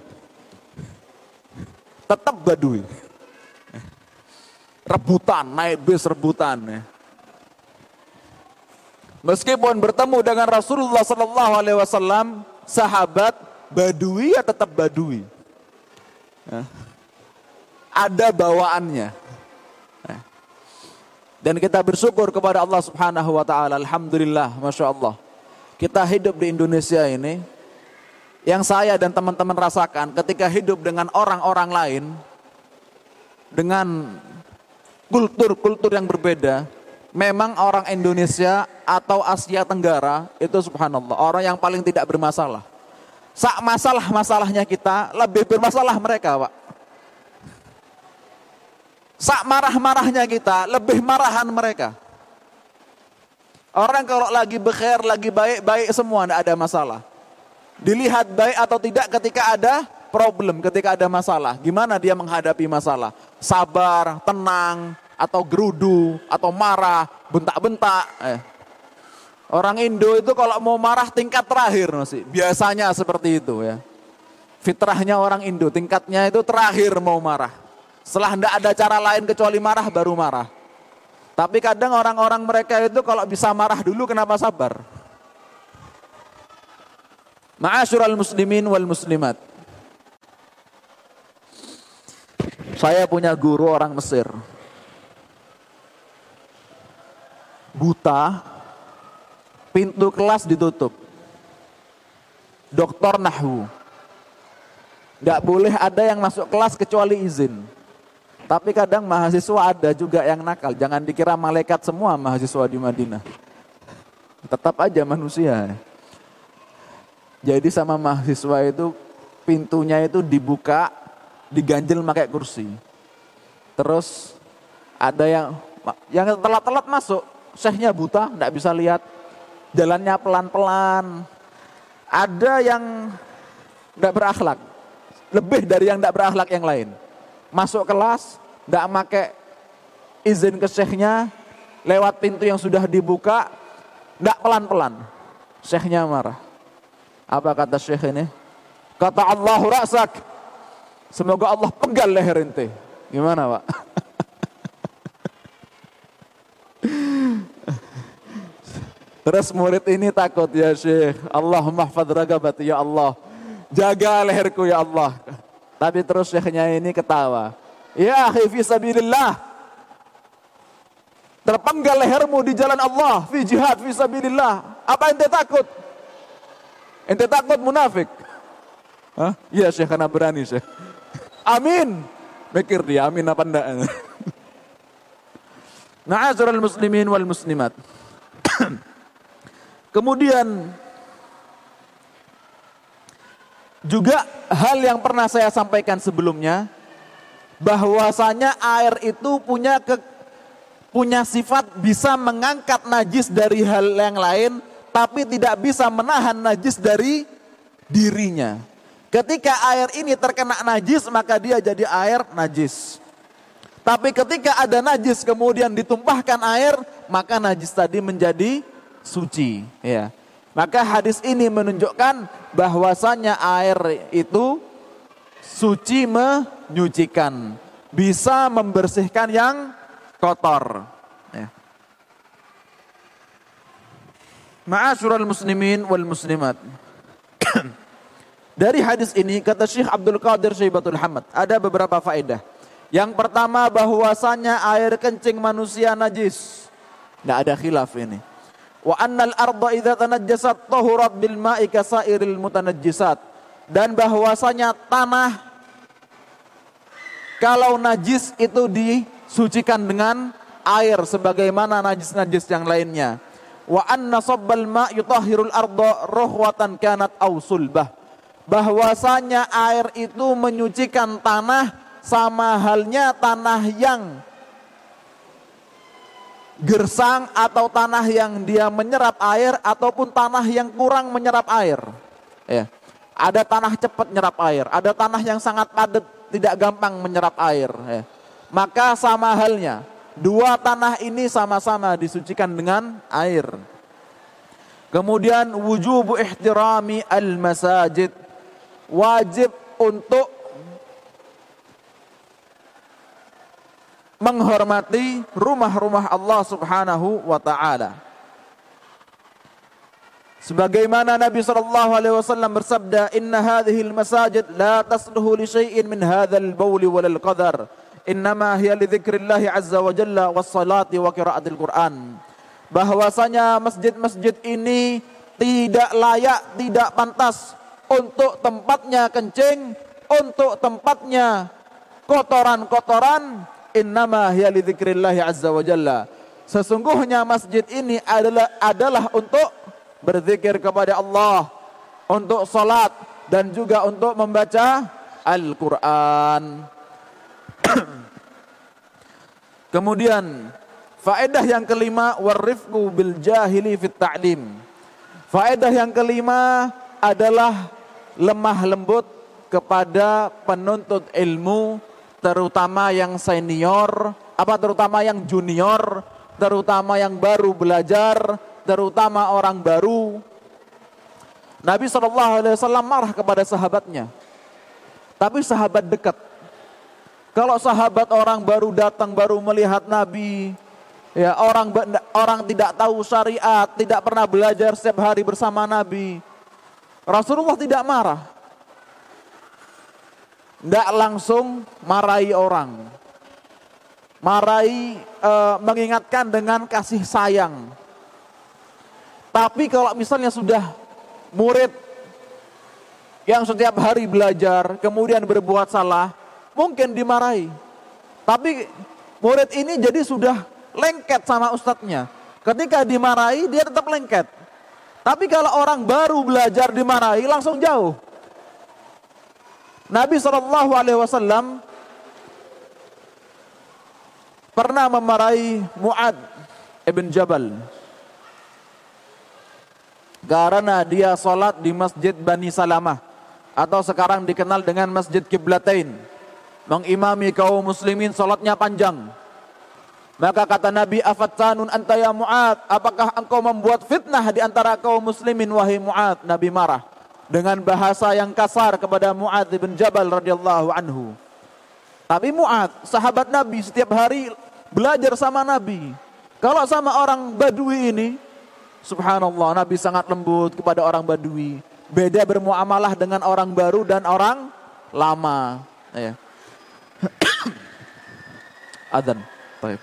Tetap Badui. Rebutan, naik bis rebutan. Meskipun bertemu dengan Rasulullah SAW, sahabat Badui ya tetap Badui. Ada bawaannya. Dan kita bersyukur kepada Allah Subhanahu wa taala. Alhamdulillah, Masya Allah. Kita hidup di Indonesia ini, yang saya dan teman-teman rasakan ketika hidup dengan orang-orang lain, dengan kultur-kultur yang berbeda, memang orang Indonesia atau Asia Tenggara itu subhanallah, orang yang paling tidak bermasalah. Sak masalahnya kita lebih bermasalah mereka, Pak. Sak marahnya kita lebih marahan mereka. Orang kalau lagi bekhair, lagi baik-baik semua, tidak ada masalah. Dilihat baik atau tidak ketika ada problem, ketika ada masalah. Gimana dia menghadapi masalah? Sabar, tenang, atau gerudu, atau marah, bentak-bentak. Orang Indo itu kalau mau marah tingkat terakhir sih. Biasanya seperti itu ya. Fitrahnya orang Indo, tingkatnya itu terakhir mau marah. Setelah tidak ada cara lain kecuali marah, baru marah. Tapi kadang orang-orang mereka itu kalau bisa marah dulu, kenapa sabar? Ma'asyiral muslimin wal muslimat. Saya punya guru orang Mesir. Buta, pintu kelas ditutup. Doktor Nahwu. Nggak boleh ada yang masuk kelas kecuali izin. Tapi kadang mahasiswa ada juga yang nakal. Jangan dikira malaikat semua mahasiswa di Madinah. Tetap aja manusia. Jadi sama mahasiswa itu pintunya itu dibuka, diganjel pakai kursi. Terus ada yang telat-telat masuk, syekhnya buta, nggak bisa lihat. Jalannya pelan-pelan. Ada yang nggak berakhlak. Lebih dari yang nggak berakhlak yang lain. Masuk kelas, nggak pakai izin ke syekhnya, lewat pintu yang sudah dibuka, nggak pelan-pelan. Syekhnya marah. Apa kata syekh ini? Kata Allahu ra'sak. Semoga Allah pegal leher ente. Gimana Pak? Terus murid ini takut, ya syekh, Allahumma hafadz ragabati, ya Allah, jaga leherku ya Allah. Tapi terus syekhnya ini ketawa. Ya akhi fi sabilillah. Terpenggal lehermu di jalan Allah, fi jihad fi sabilillah. Apa ente takut? Ente takut munafik? Hah? Iya syekh, karena berani syekh. Amin. Mikir dia amin apa enggak? Ma'asyiral muslimin wal muslimat. Kemudian juga hal yang pernah saya sampaikan sebelumnya, bahwasanya air itu punya sifat bisa mengangkat najis dari hal yang lain, tapi tidak bisa menahan najis dari dirinya. Ketika air ini terkena najis, maka dia jadi air najis. Tapi ketika ada najis kemudian ditumpahkan air, maka najis tadi menjadi suci. Ya. Maka hadis ini menunjukkan bahwasanya air itu suci menyucikan, bisa membersihkan yang kotor. Ya. Ma'asyiral muslimin wal muslimat. Dari hadis ini kata Syekh Abdul Qadir Syaibatul Hamad, ada beberapa faedah. Yang pertama bahwasanya air kencing manusia najis. Tidak ada khilaf ini. Wa annal arda idza tanajjasat tahurat bil ma'i kasairil mutanajjisat. Dan bahwasanya tanah kalau najis itu disucikan dengan air sebagaimana najis-najis yang lainnya. Wa anna sabbal ma' yutahhirul arda ruhwatan kanat aw sulbah. Bahwasanya air itu menyucikan tanah sama halnya tanah yang gersang atau tanah yang dia menyerap air ataupun tanah yang kurang menyerap air. Ya. Ada tanah cepat menyerap air, ada tanah yang sangat padat tidak gampang menyerap air. Ya. Maka sama halnya, dua tanah ini sama-sama disucikan dengan air. Kemudian wujubu ihtirami al-masajid. Wajib untuk menghormati rumah-rumah Allah Subhanahu wa taala. Sebagaimana Nabi sallallahu alaihi wasallam bersabda, "Inna hadhil masajid la tasluhu li syai'in min hadzal bauli wal qadar. Innama hiya li dzikrillah azza wa jalla was salati wa qiraatil Qur'an." Bahwasanya masjid-masjid ini tidak layak, tidak pantas untuk tempatnya kencing, untuk tempatnya kotoran-kotoran. Innama hiya li dzikrillah azza wa jalla. Sesungguhnya masjid ini adalah untuk berzikir kepada Allah, untuk salat dan juga untuk membaca Al-Qur'an. Kemudian faedah yang kelima, warifqu bil jahili fit ta'lim. Faedah yang kelima adalah lemah lembut kepada penuntut ilmu, terutama yang senior, terutama yang junior, terutama yang baru belajar, terutama orang baru. Nabi SAW marah kepada sahabatnya, tapi sahabat dekat. Kalau sahabat orang baru datang, baru melihat Nabi, ya orang tidak tahu syariat, tidak pernah belajar setiap hari bersama Nabi, Rasulullah tidak marah, tidak langsung marahi orang, mengingatkan dengan kasih sayang. Tapi kalau misalnya sudah murid yang setiap hari belajar kemudian berbuat salah, mungkin dimarahi. Tapi murid ini jadi sudah lengket sama ustadznya. Ketika dimarahi dia tetap lengket. Tapi kalau orang baru belajar dimarahi langsung jauh. Nabi SAW pernah memarahi Mu'ad ibn Jabal karena dia sholat di Masjid Bani Salamah atau sekarang dikenal dengan Masjid Qiblatain, mengimami kaum muslimin sholatnya panjang. Maka kata Nabi, afattanun anta ya Mu'ad, apakah engkau membuat fitnah di antara kaum muslimin wahai Mu'ad? Nabi marah dengan bahasa yang kasar kepada Mu'ad bin Jabal radhiyallahu anhu. Tapi Mu'ad, sahabat Nabi, setiap hari belajar sama Nabi. Kalau sama orang Badui ini, subhanallah, Nabi sangat lembut kepada orang Badui. Beda bermuamalah dengan orang baru dan orang lama. Ya. Adzan. Baik.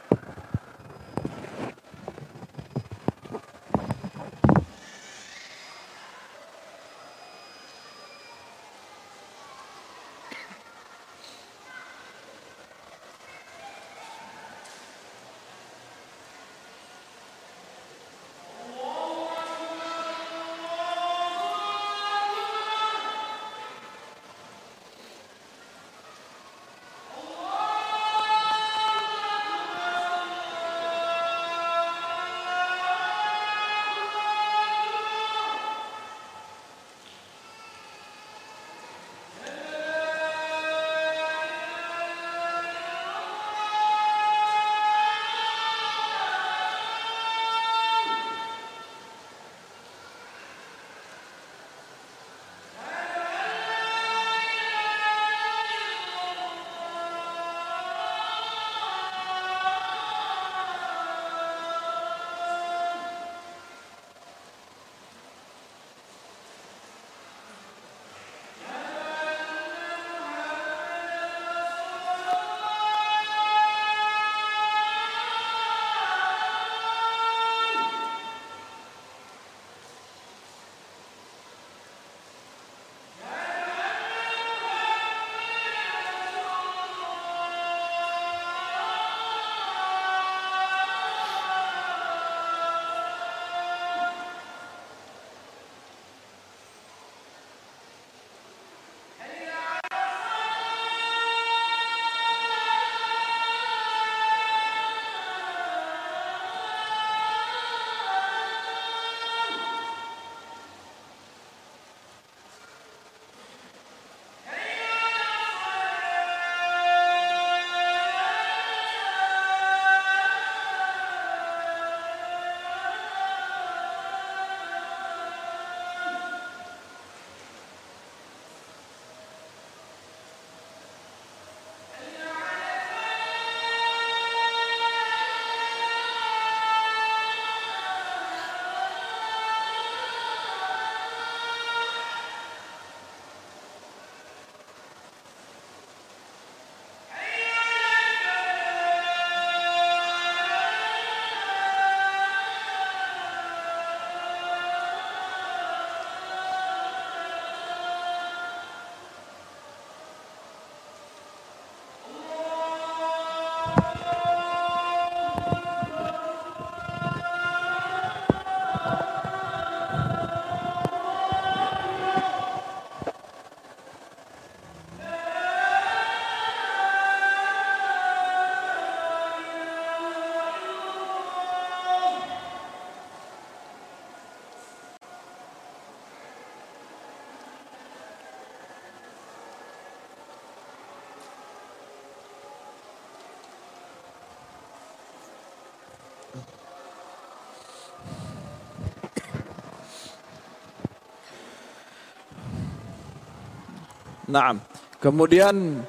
Naam. Kemudian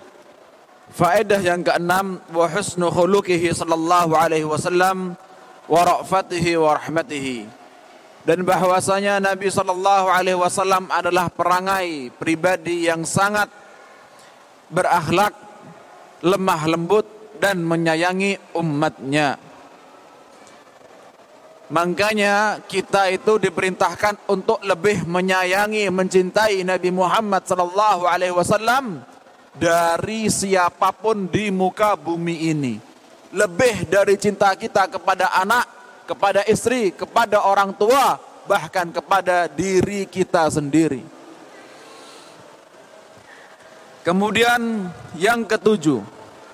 faedah yang keenam, wa husnu khuluqihi sallallahu alaihi wasallam wa ra'fatihi wa rahmatihi. Dan bahwasanya Nabi sallallahu alaihi wasallam adalah perangai pribadi yang sangat berakhlak, lemah lembut dan menyayangi umatnya. Makanya kita itu diperintahkan untuk lebih menyayangi, mencintai Nabi Muhammad SAW dari siapapun di muka bumi ini. Lebih dari cinta kita kepada anak, kepada istri, kepada orang tua, bahkan kepada diri kita sendiri. Kemudian yang ketujuh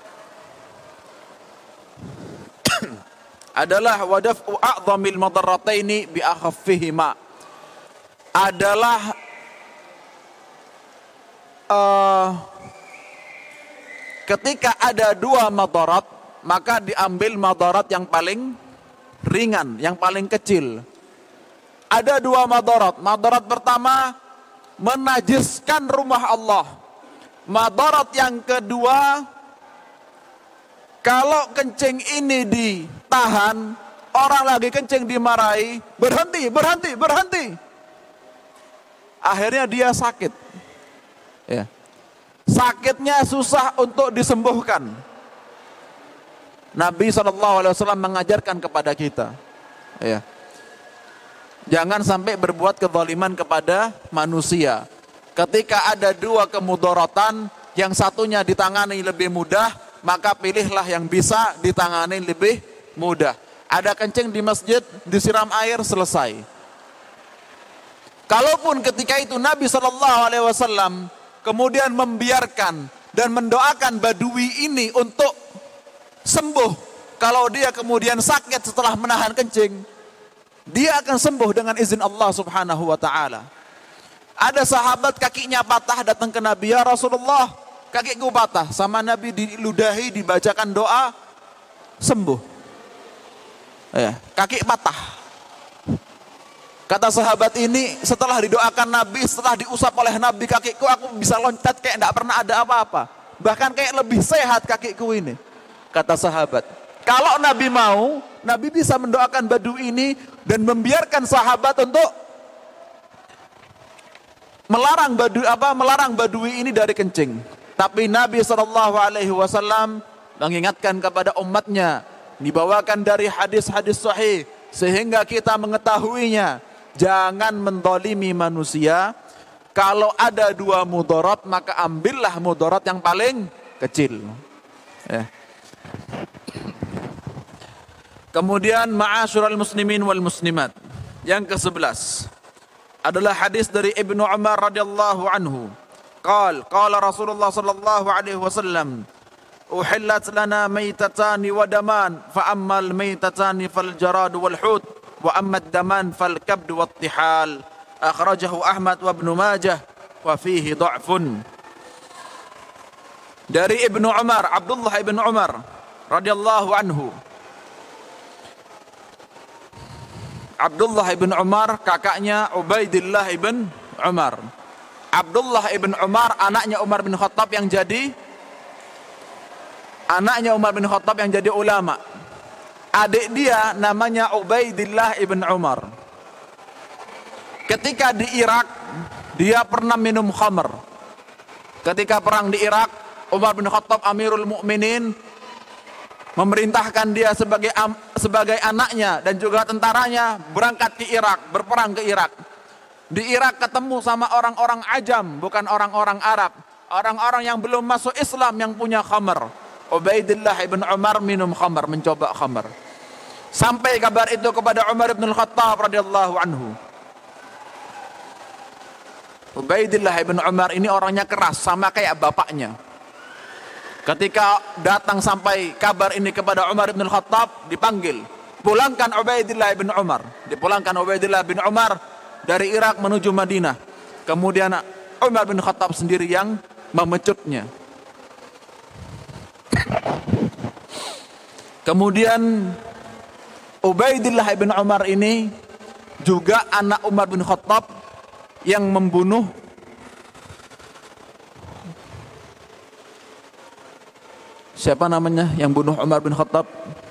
adalah wadaf'u a'dhamil madarrataini bi akhaffihima. Adalah ketika ada dua madarat, maka diambil madarat yang paling ringan, yang paling kecil. Ada dua madarat. Madarat pertama, menajiskan rumah Allah. Madarat yang kedua, kalau kencing ini ditahan, orang lagi kencing dimarahi, berhenti, berhenti, berhenti. Akhirnya dia sakit. Ya. Sakitnya susah untuk disembuhkan. Nabi SAW mengajarkan kepada kita, ya, jangan sampai berbuat kezaliman kepada manusia. Ketika ada dua kemudaratan, yang satunya ditangani lebih mudah, maka pilihlah yang bisa ditangani lebih mudah. Ada kencing di masjid, disiram air, selesai. Kalaupun ketika itu Nabi SAW kemudian membiarkan dan mendoakan badui ini untuk sembuh, kalau dia kemudian sakit setelah menahan kencing, dia akan sembuh dengan izin Allah Subhanahu wa ta'ala. Ada sahabat kakinya patah datang ke Nabi, ya Rasulullah, kakiku patah. Sama Nabi diludahi, dibacakan doa, sembuh. Ya, kaki patah. Kata sahabat ini, setelah didoakan Nabi, setelah diusap oleh Nabi kakiku, aku bisa loncat kayak tidak pernah ada apa-apa. Bahkan kayak lebih sehat kakiku ini. Kata sahabat, kalau Nabi mau, Nabi bisa mendoakan badui ini dan membiarkan sahabat untuk melarang badui ini dari kencing. Tapi Nabi SAW mengingatkan kepada umatnya, dibawakan dari hadis-hadis sahih sehingga kita mengetahuinya. Jangan mendolimi manusia. Kalau ada dua mudarat, maka ambillah mudarat yang paling kecil. Ya. Kemudian ma'asyiral muslimin wal muslimat, yang ke-11 adalah hadis dari Ibnu Umar radhiyallahu anhu. Qala Rasulullah sallallahu alaihi wasallam, uhillat lana maytatani wa daman, fa ammal maytatani fal jarad wal hut, wa amma ad-daman fal kabd wat tihal. Akhrajahu Ahmad wa Ibnu Majah wa fihi dha'fun. Dari Ibnu Umar, Abdullah ibn Umar radhiyallahu anhu. Abdullah ibn Umar kakaknya Ubaidillah ibn Umar. Abdullah ibn Umar anaknya Umar bin Khattab yang jadi ulama. Adik dia namanya Ubaidillah ibn Umar. Ketika di Irak, dia pernah minum khamr. Ketika perang di Irak, Umar bin Khattab Amirul Mukminin memerintahkan dia sebagai anaknya dan juga tentaranya berangkat ke Irak, berperang ke Irak. Di Irak ketemu sama orang-orang Ajam, bukan orang-orang Arab. Orang-orang yang belum masuk Islam yang punya khamr. Ubaidillah ibn Umar minum khamr, mencoba khamr. Sampai kabar itu kepada Umar bin Khattab radhiyallahu anhu. Ubaidillah ibn Umar ini orangnya keras, sama kayak bapaknya. Ketika datang sampai kabar ini kepada Umar bin Khattab, dipanggil, pulangkan Ubaidillah bin Umar. Dipulangkan Ubaidillah bin Umar dari Irak menuju Madinah. Kemudian Umar bin Khattab sendiri yang memecutnya. Kemudian Ubaidillah bin Umar ini juga anak Umar bin Khattab yang membunuh siapa namanya yang bunuh Umar bin Khattab?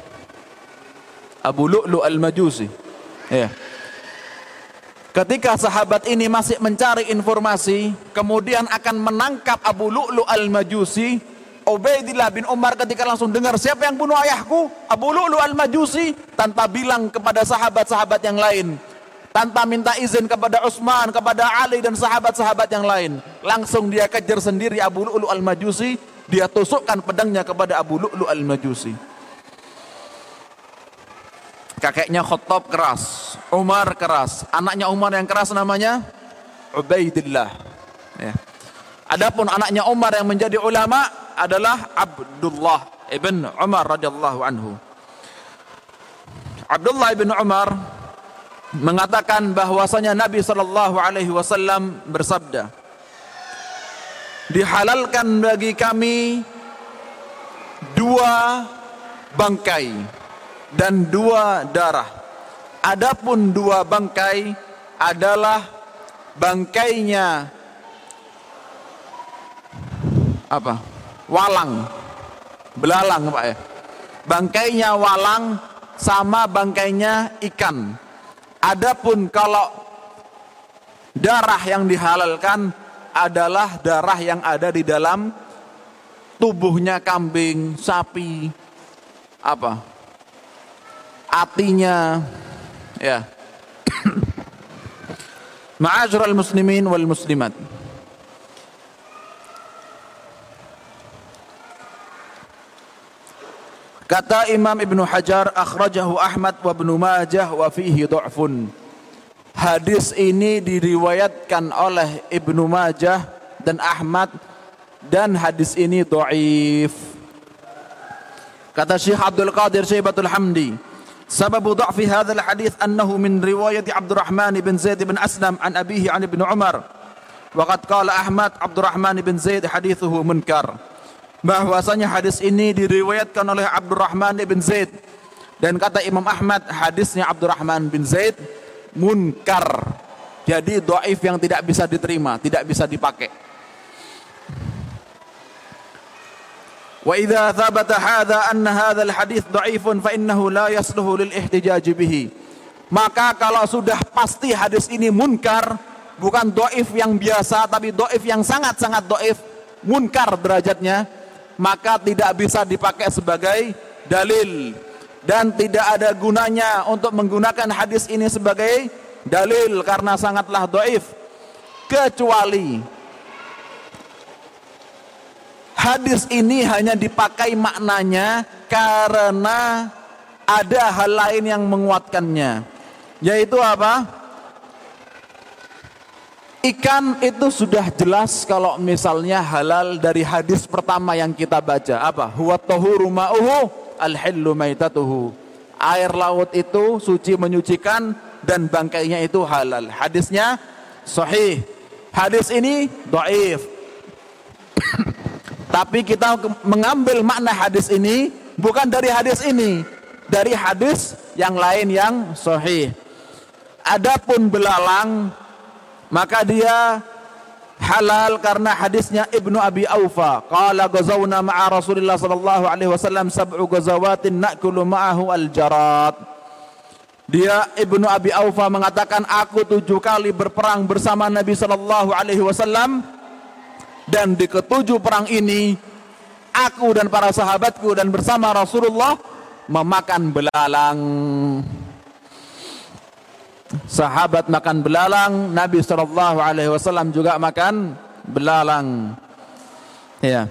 Abu Lu'lu' al-Majusi. Ya. Ketika sahabat ini masih mencari informasi, kemudian akan menangkap Abu Lu'lu' al-Majusi, Ubaidillah bin Umar ketika langsung dengar siapa yang bunuh ayahku, Abu Lu'lu al-Majusi, tanpa bilang kepada sahabat-sahabat yang lain, tanpa minta izin kepada Utsman, kepada Ali dan sahabat-sahabat yang lain, langsung dia kejar sendiri Abu Lu'lu al-Majusi, dia tusukkan pedangnya kepada Abu Lu'lu al-Majusi. Kakeknya Khattab keras, Umar keras, anaknya Umar yang keras namanya Ubaidillah. Ya. Adapun anaknya Umar yang menjadi ulama adalah Abdullah ibn Umar radhiyallahu anhu. Abdullah ibn Umar mengatakan bahwasanya Nabi sallallahu alaihi wasallam bersabda, dihalalkan bagi kami 2 bangkai dan 2 darah. Adapun 2 bangkai adalah bangkainya apa? Walang, belalang Pak ya. Bangkainya walang sama bangkainya ikan. Adapun kalau darah yang dihalalkan adalah darah yang ada di dalam tubuhnya kambing, sapi, apa? Atinya, ya. Ma'asyiral muslimin wal muslimat. Kata Imam Ibnu Hajar, akhrajahu Ahmad wa Ibnu Majah wa fihi du'fun. Hadis ini diriwayatkan oleh Ibnu Majah dan Ahmad, dan hadis ini dhaif. Kata Syekh Abdul Qadir Syaibatul Hamdi, sababu dha'fi hadzal hadits annahu min riwayat Abdurrahman bin Zaid bin Aslam an abihi an Ibnu Umar. Wa qad qala Ahmad Abdurrahman bin Zaid hadithuhu munkar. Bahwasanya hadis ini diriwayatkan oleh Abdurrahman bin Zaid, dan kata Imam Ahmad hadisnya Abdurrahman bin Zaid munkar, jadi dhaif yang tidak bisa diterima, tidak bisa dipakai. Wa idza thabata hadza anna hadzal hadits dhaifun fa innahu la yasluhu lil ihtijaj bihi. Maka kalau sudah pasti hadis ini munkar, bukan dhaif yang biasa tapi dhaif yang sangat-sangat dhaif, munkar derajatnya, maka tidak bisa dipakai sebagai dalil, dan tidak ada gunanya untuk menggunakan hadis ini sebagai dalil karena sangatlah dhaif, kecuali hadis ini hanya dipakai maknanya karena ada hal lain yang menguatkannya, yaitu apa? Ikan itu sudah jelas kalau misalnya halal dari hadis pertama yang kita baca, apa? Huwa tahuru ma'uhu al-hillu maitatuhu. Air laut itu suci menyucikan dan bangkainya itu halal. Hadisnya sahih. Hadis ini dhaif. Tapi kita mengambil makna hadis ini bukan dari hadis ini, dari hadis yang lain yang sahih. Adapun belalang, maka dia halal karena hadisnya Ibnu Abi Aufa, qala ghazawna ma'a Rasulillah sallallahu alaihi wasallam sab'u ghazawatin na'kulu ma'ahu al-jarat. Dia Ibnu Abi Aufa mengatakan, aku 7 kali berperang bersama Nabi sallallahu alaihi wasallam, dan di ke-7 perang ini aku dan para sahabatku dan bersama Rasulullah memakan belalang. Sahabat makan belalang, Nabi sallallahu alaihi wasallam juga makan belalang. Ya.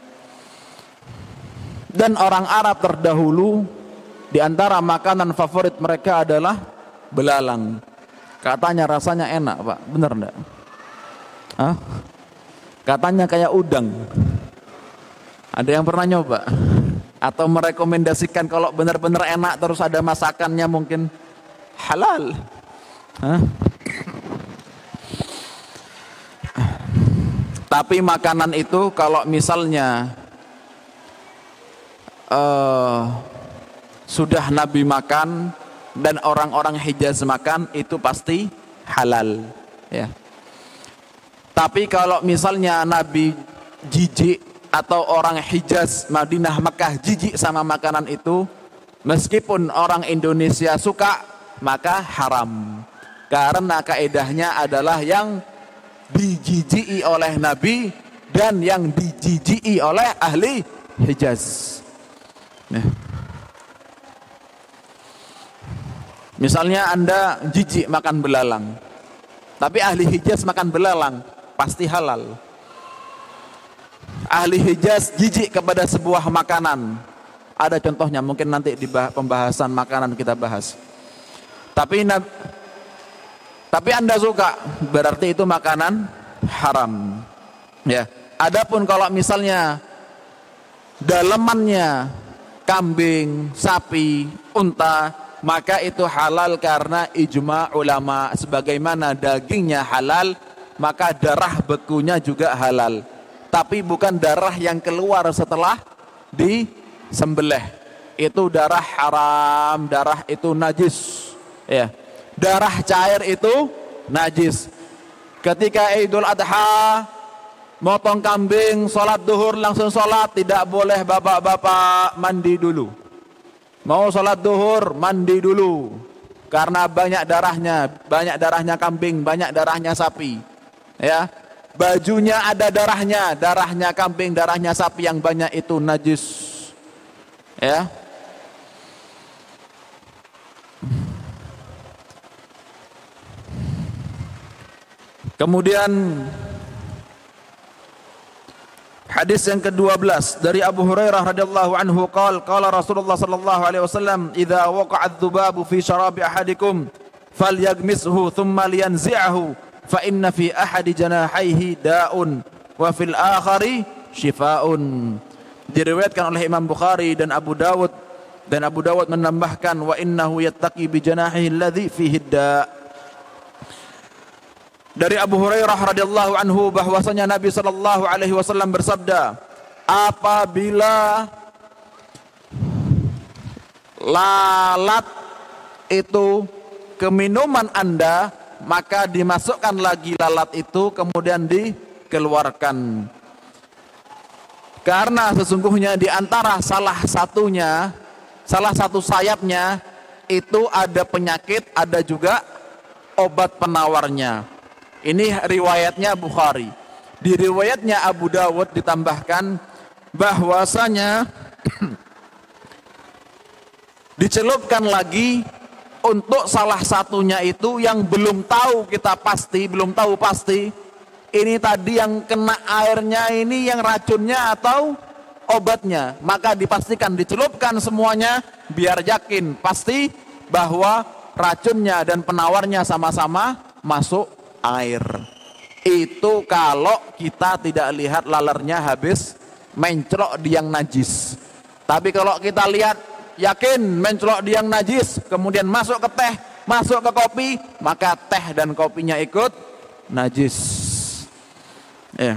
Dan orang Arab terdahulu di antara makanan favorit mereka adalah belalang. Katanya rasanya enak, Pak. Benar enggak? Hah? Katanya kayak udang. Ada yang pernah nyoba? Atau merekomendasikan kalau benar-benar enak terus ada masakannya mungkin halal? Hah? Tapi makanan itu kalau misalnya sudah Nabi makan dan orang-orang Hijaz makan, itu pasti halal, ya. Tapi kalau misalnya Nabi jijik atau orang Hijaz, Madinah, Mekah jijik sama makanan itu, meskipun orang Indonesia suka, maka haram. Karena kaedahnya adalah yang dijijiki oleh Nabi dan yang dijijiki oleh ahli Hijaz. Nah. Misalnya Anda jijik makan belalang, tapi ahli Hijaz makan belalang, pasti halal. Ahli Hijaz jijik kepada sebuah makanan. Ada contohnya, mungkin nanti di pembahasan makanan kita bahas. Tapi Anda suka, berarti itu makanan haram. Ya. Adapun kalau misalnya dalemannya kambing, sapi, unta, maka itu halal karena ijma ulama. Sebagaimana dagingnya halal, maka darah bekunya juga halal. Tapi bukan darah yang keluar setelah disembelih. Itu darah haram, darah itu najis. Ya. Darah cair itu najis. Ketika Idul Adha, motong kambing, sholat duhur langsung sholat, tidak boleh bapak-bapak mandi dulu. Mau sholat duhur, mandi dulu. Karena banyak darahnya kambing, banyak darahnya sapi. Ya. Bajunya ada darahnya kambing, darahnya sapi yang banyak itu najis. Ya. Kemudian hadis yang ke-12 dari Abu Hurairah radhiyallahu anhu qala Rasulullah sallallahu alaihi wasallam idza waqa'a adh-dhubabu fi sharabi ahadikum falyagmishu thumma liyanzi'hu fa inna fi ahadi janahaihi da'un wa fil akhari shifaa'un. Diriwayatkan oleh Imam Bukhari dan Abu Dawud menambahkan wa innahu yattaqi bi janahihi alladhi fihi da'. Dari Abu Hurairah radhiyallahu anhu bahwasanya Nabi sallallahu alaihi wasallam bersabda, apabila lalat itu ke minuman Anda, maka dimasukkan lagi lalat itu kemudian dikeluarkan. Karena sesungguhnya di antara salah satu sayapnya itu ada penyakit, ada juga obat penawarnya. Ini riwayatnya Bukhari. Di riwayatnya Abu Dawud ditambahkan bahwasanya dicelupkan lagi untuk salah satunya itu yang belum tahu pasti ini tadi yang kena airnya ini yang racunnya atau obatnya, maka dipastikan dicelupkan semuanya biar yakin pasti bahwa racunnya dan penawarnya sama-sama masuk air. Itu kalau kita tidak lihat lalernya habis menclok di yang najis. Tapi kalau kita lihat yakin menclok di yang najis, kemudian masuk ke teh, masuk ke kopi, maka teh dan kopinya ikut najis. Ya.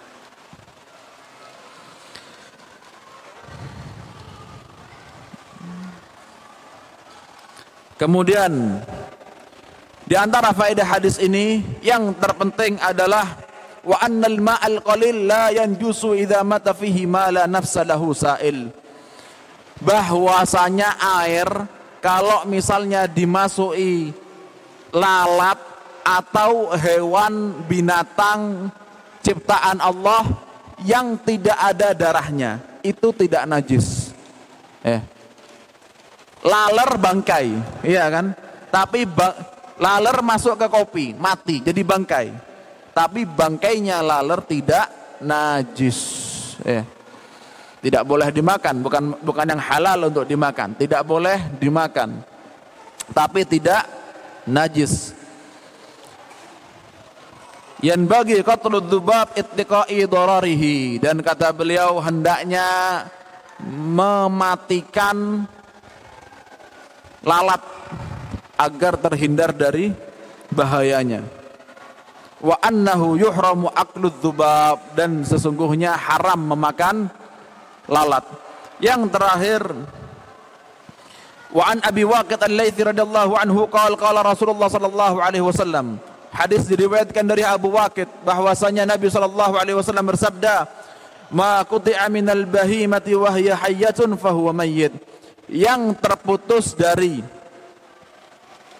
Kemudian di antara faedah hadis ini yang terpenting adalah wa annal ma'al qalil la yanjusu idza mata fihi ma la nafsa lahu sa'il. Bahwasanya air kalau misalnya dimasuki lalat atau hewan binatang ciptaan Allah yang tidak ada darahnya, itu tidak najis. Laler bangkai, iya kan? Tapi laler masuk ke kopi, mati, jadi bangkai. Tapi bangkainya laler tidak najis. Tidak boleh dimakan, bukan yang halal untuk dimakan. Tidak boleh dimakan, tapi tidak najis. Yanbaghi qatlud dzubab ittiqa'i dararihi. Dan kata beliau hendaknya mematikan lalat agar terhindar dari bahayanya. Wa annahu yuhramu akludz dzubab, dan sesungguhnya haram memakan lalat. Yang terakhir, wa an Abi Waqid Al-Laitsi radhiyallahu anhu qala Rasulullah sallallahu alaihi wasallam. Hadis diriwayatkan dari Abu Waqid bahwasanya Nabi sallallahu alaihi wasallam bersabda, "Ma quti'a minal bahimati wa hiya hayyatun fa huwa mayyit." Yang terputus dari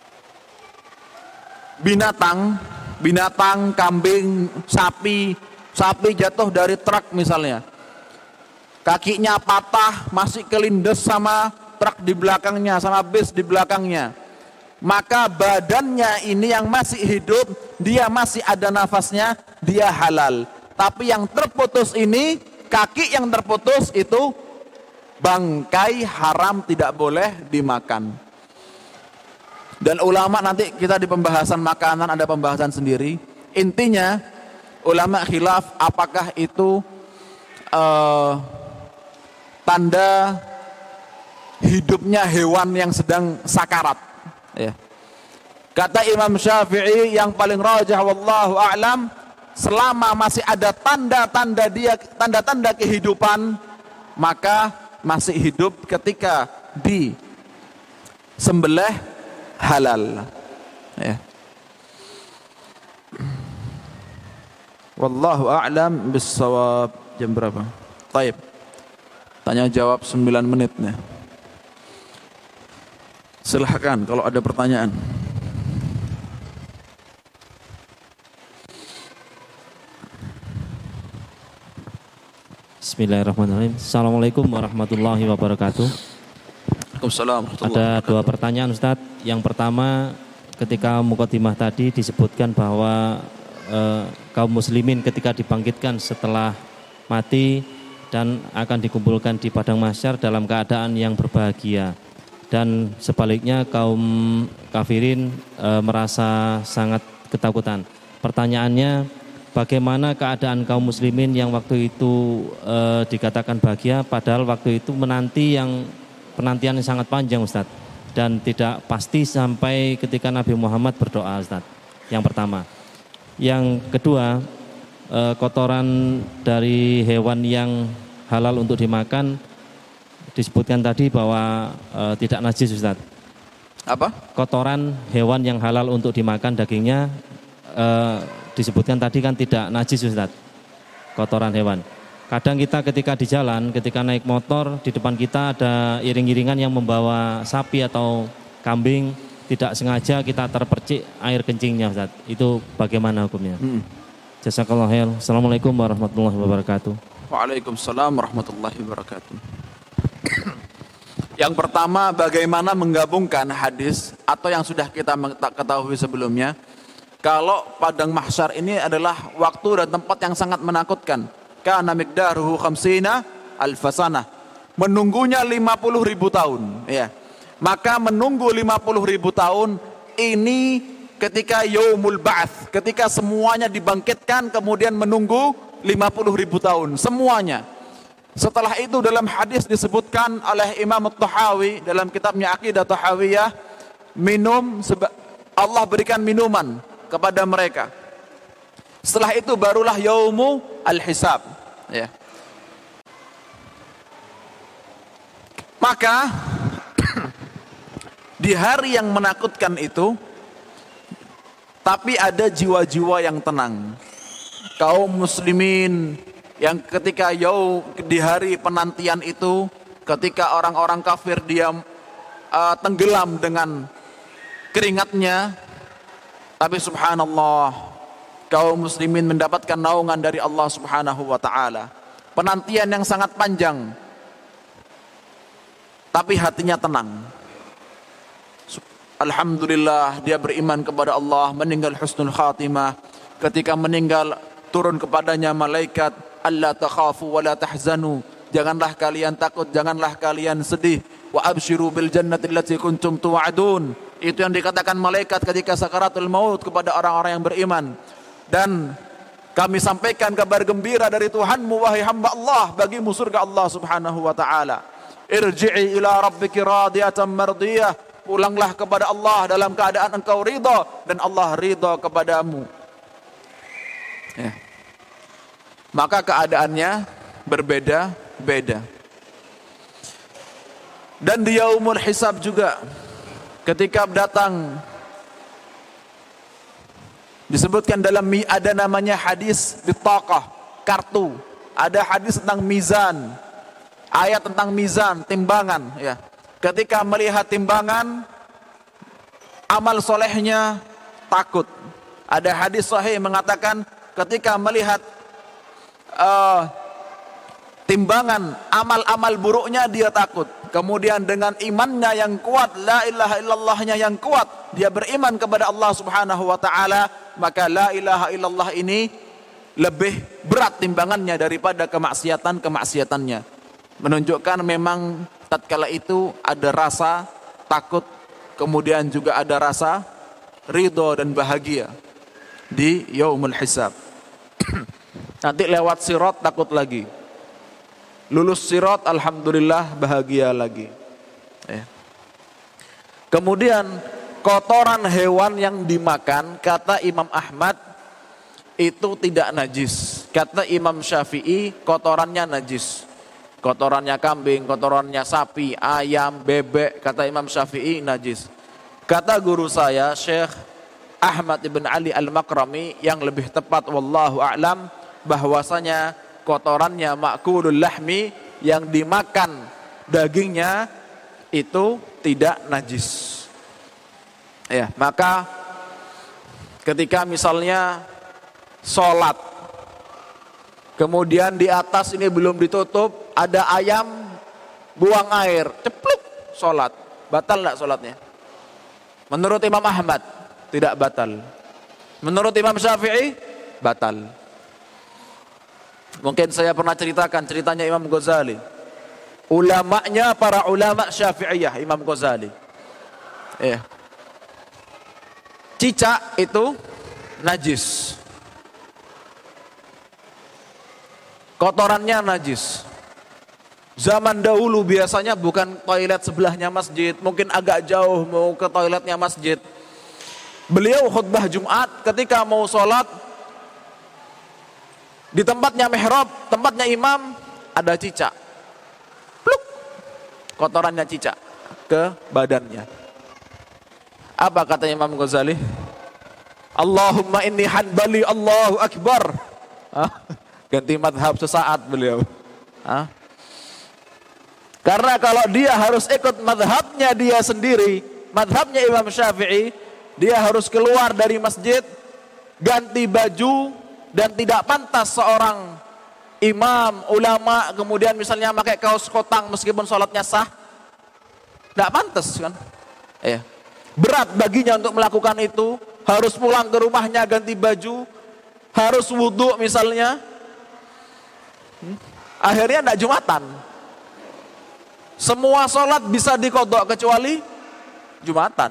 binatang, kambing, sapi, Sapi jatuh dari truk misalnya, kakinya patah, masih kelindes sama truk di belakangnya, sama bis di belakangnya, maka badannya ini yang masih hidup, dia masih ada nafasnya, dia halal. Tapi yang terputus ini, kaki yang terputus itu bangkai haram, tidak boleh dimakan. Dan ulama, nanti kita di pembahasan makanan ada pembahasan sendiri. Intinya ulama khilaf apakah itu tanda hidupnya hewan yang sedang sakarat, ya. Kata Imam Syafi'i yang paling rajih wallahu a'lam, selama masih ada tanda-tanda kehidupan, maka masih hidup ketika di sembelih halal, ya. Wallahu a'lam bissawab. Jam berapa? Taib. Tanya jawab 9 menit nih. Silahkan kalau ada pertanyaan. Bismillahirrahmanirrahim. Assalamualaikum warahmatullahi wabarakatuh. Waalaikumsalam warahmatullahi Ada wabarakatuh. 2 pertanyaan Ustadz. Yang pertama, ketika mukadimah tadi disebutkan bahwa kaum muslimin ketika dibangkitkan setelah mati dan akan dikumpulkan di padang mahsyar dalam keadaan yang berbahagia, dan sebaliknya kaum kafirin merasa sangat ketakutan. Pertanyaannya, bagaimana keadaan kaum muslimin yang waktu itu dikatakan bahagia, padahal waktu itu penantian yang sangat panjang Ustadz, dan tidak pasti sampai ketika Nabi Muhammad berdoa Ustadz. Yang pertama. Yang kedua, kotoran dari hewan yang halal untuk dimakan disebutkan tadi bahwa tidak najis Ustadz. Apa? Kotoran hewan yang halal untuk dimakan dagingnya disebutkan tadi kan tidak najis Ustadz, kotoran hewan. Kadang kita ketika di jalan, ketika naik motor, di depan kita ada iring-iringan yang membawa sapi atau kambing, tidak sengaja kita terpercik air kencingnya Ustaz. Itu bagaimana hukumnya? Jazakallahu khair. Assalamualaikum warahmatullahi wabarakatuh. Waalaikumsalam warahmatullahi wabarakatuh. Yang pertama, bagaimana menggabungkan hadis atau yang sudah kita ketahui sebelumnya, kalau padang mahsyar ini adalah waktu dan tempat yang sangat menakutkan. Kana miqdaruhu 50 alfasana. Menunggunya 50.000 tahun, ya. Maka menunggu 50.000 tahun ini ketika yaumul ba'ats, ketika semuanya dibangkitkan, kemudian menunggu 50.000 tahun semuanya. Setelah itu dalam hadis disebutkan oleh Imam At-Tahawi dalam kitabnya Aqidah Tahawiyah, Allah berikan minuman kepada mereka. Setelah itu barulah yaumu al-hisab, ya. Maka di hari yang menakutkan itu, tapi ada jiwa-jiwa yang tenang. Kaum muslimin yang ketika di hari penantian itu, ketika orang-orang kafir dia tenggelam dengan keringatnya, tapi subhanallah, kaum muslimin mendapatkan naungan dari Allah Subhanahu wa taala. Penantian yang sangat panjang, tapi hatinya tenang. Alhamdulillah, dia beriman kepada Allah, meninggal husnul khatimah. Ketika meninggal, turun kepadanya malaikat, alla takhafu wa la tahzanu, janganlah kalian takut, janganlah kalian sedih. Wa abshiru bil jannati allati kuntum tu'adun. Itu yang dikatakan malaikat ketika sakaratul maut kepada orang-orang yang beriman. Dan kami sampaikan kabar gembira dari Tuhanmu, wahai hamba Allah, bagimu surga Allah Subhanahu wa taala. Irji'i ila rabbiki radiyatan mardiyah. Pulanglah kepada Allah dalam keadaan engkau ridha dan Allah ridha kepadamu, ya. Maka keadaannya berbeda-beda. Dan di yaumul hisab juga, ketika datang, disebutkan dalam ada namanya hadis bitaqah, kartu. Ada hadis tentang mizan, ayat tentang mizan, timbangan, ya. Ketika melihat timbangan, amal solehnya takut. Ada hadis sahih mengatakan ketika melihat timbangan amal-amal buruknya dia takut. Kemudian dengan imannya yang kuat, la ilaha illallahnya yang kuat, dia beriman kepada Allah Subhanahu wa taala, maka la ilaha illallah ini lebih berat timbangannya daripada kemaksiatannya. Menunjukkan memang tatkala itu ada rasa takut, kemudian juga ada rasa ridho dan bahagia di yaumul hisab. Nanti lewat sirat takut lagi, lulus sirat alhamdulillah bahagia lagi. Kemudian kotoran hewan yang dimakan, kata Imam Ahmad itu tidak najis. Kata Imam Syafi'i kotorannya najis. Kotorannya kambing, kotorannya sapi, ayam, bebek, kata Imam Syafi'i najis. Kata guru saya Syekh Ahmad ibn Ali al-Makrami, yang lebih tepat wallahu a'lam, bahwasanya kotorannya ma'kulul lahmi, yang dimakan dagingnya itu tidak najis. Ya, maka ketika misalnya sholat, kemudian di atas ini belum ditutup, ada ayam buang air, cepluk, sholat, batal enggak sholatnya? Menurut Imam Ahmad tidak batal. Menurut Imam Syafi'i batal. Mungkin saya pernah ceritakan ceritanya Imam Ghazali. Ulamanya para ulama Syafi'iyah, Imam Ghazali. Cicak itu najis. Kotorannya najis. Zaman dahulu biasanya bukan toilet sebelahnya masjid, mungkin agak jauh mau ke toiletnya masjid. Beliau khutbah Jumat, ketika mau sholat di tempatnya mihrab, tempatnya imam, ada cicak. Pluk, kotorannya cicak ke badannya. Apa kata Imam Ghazali? Allahumma inni hanbali, Allahu Akbar. Ganti madhab sesaat beliau. Karena kalau dia harus ikut madhabnya dia sendiri, madhabnya Imam Syafi'i, dia harus keluar dari masjid, ganti baju, dan tidak pantas seorang imam, ulama, kemudian misalnya pakai kaos kotang meskipun sholatnya sah, tidak pantas kan? Berat baginya untuk melakukan itu, harus pulang ke rumahnya ganti baju, harus wudhu misalnya, akhirnya tidak Jumatan. Semua sholat bisa dikodok kecuali Jumatan.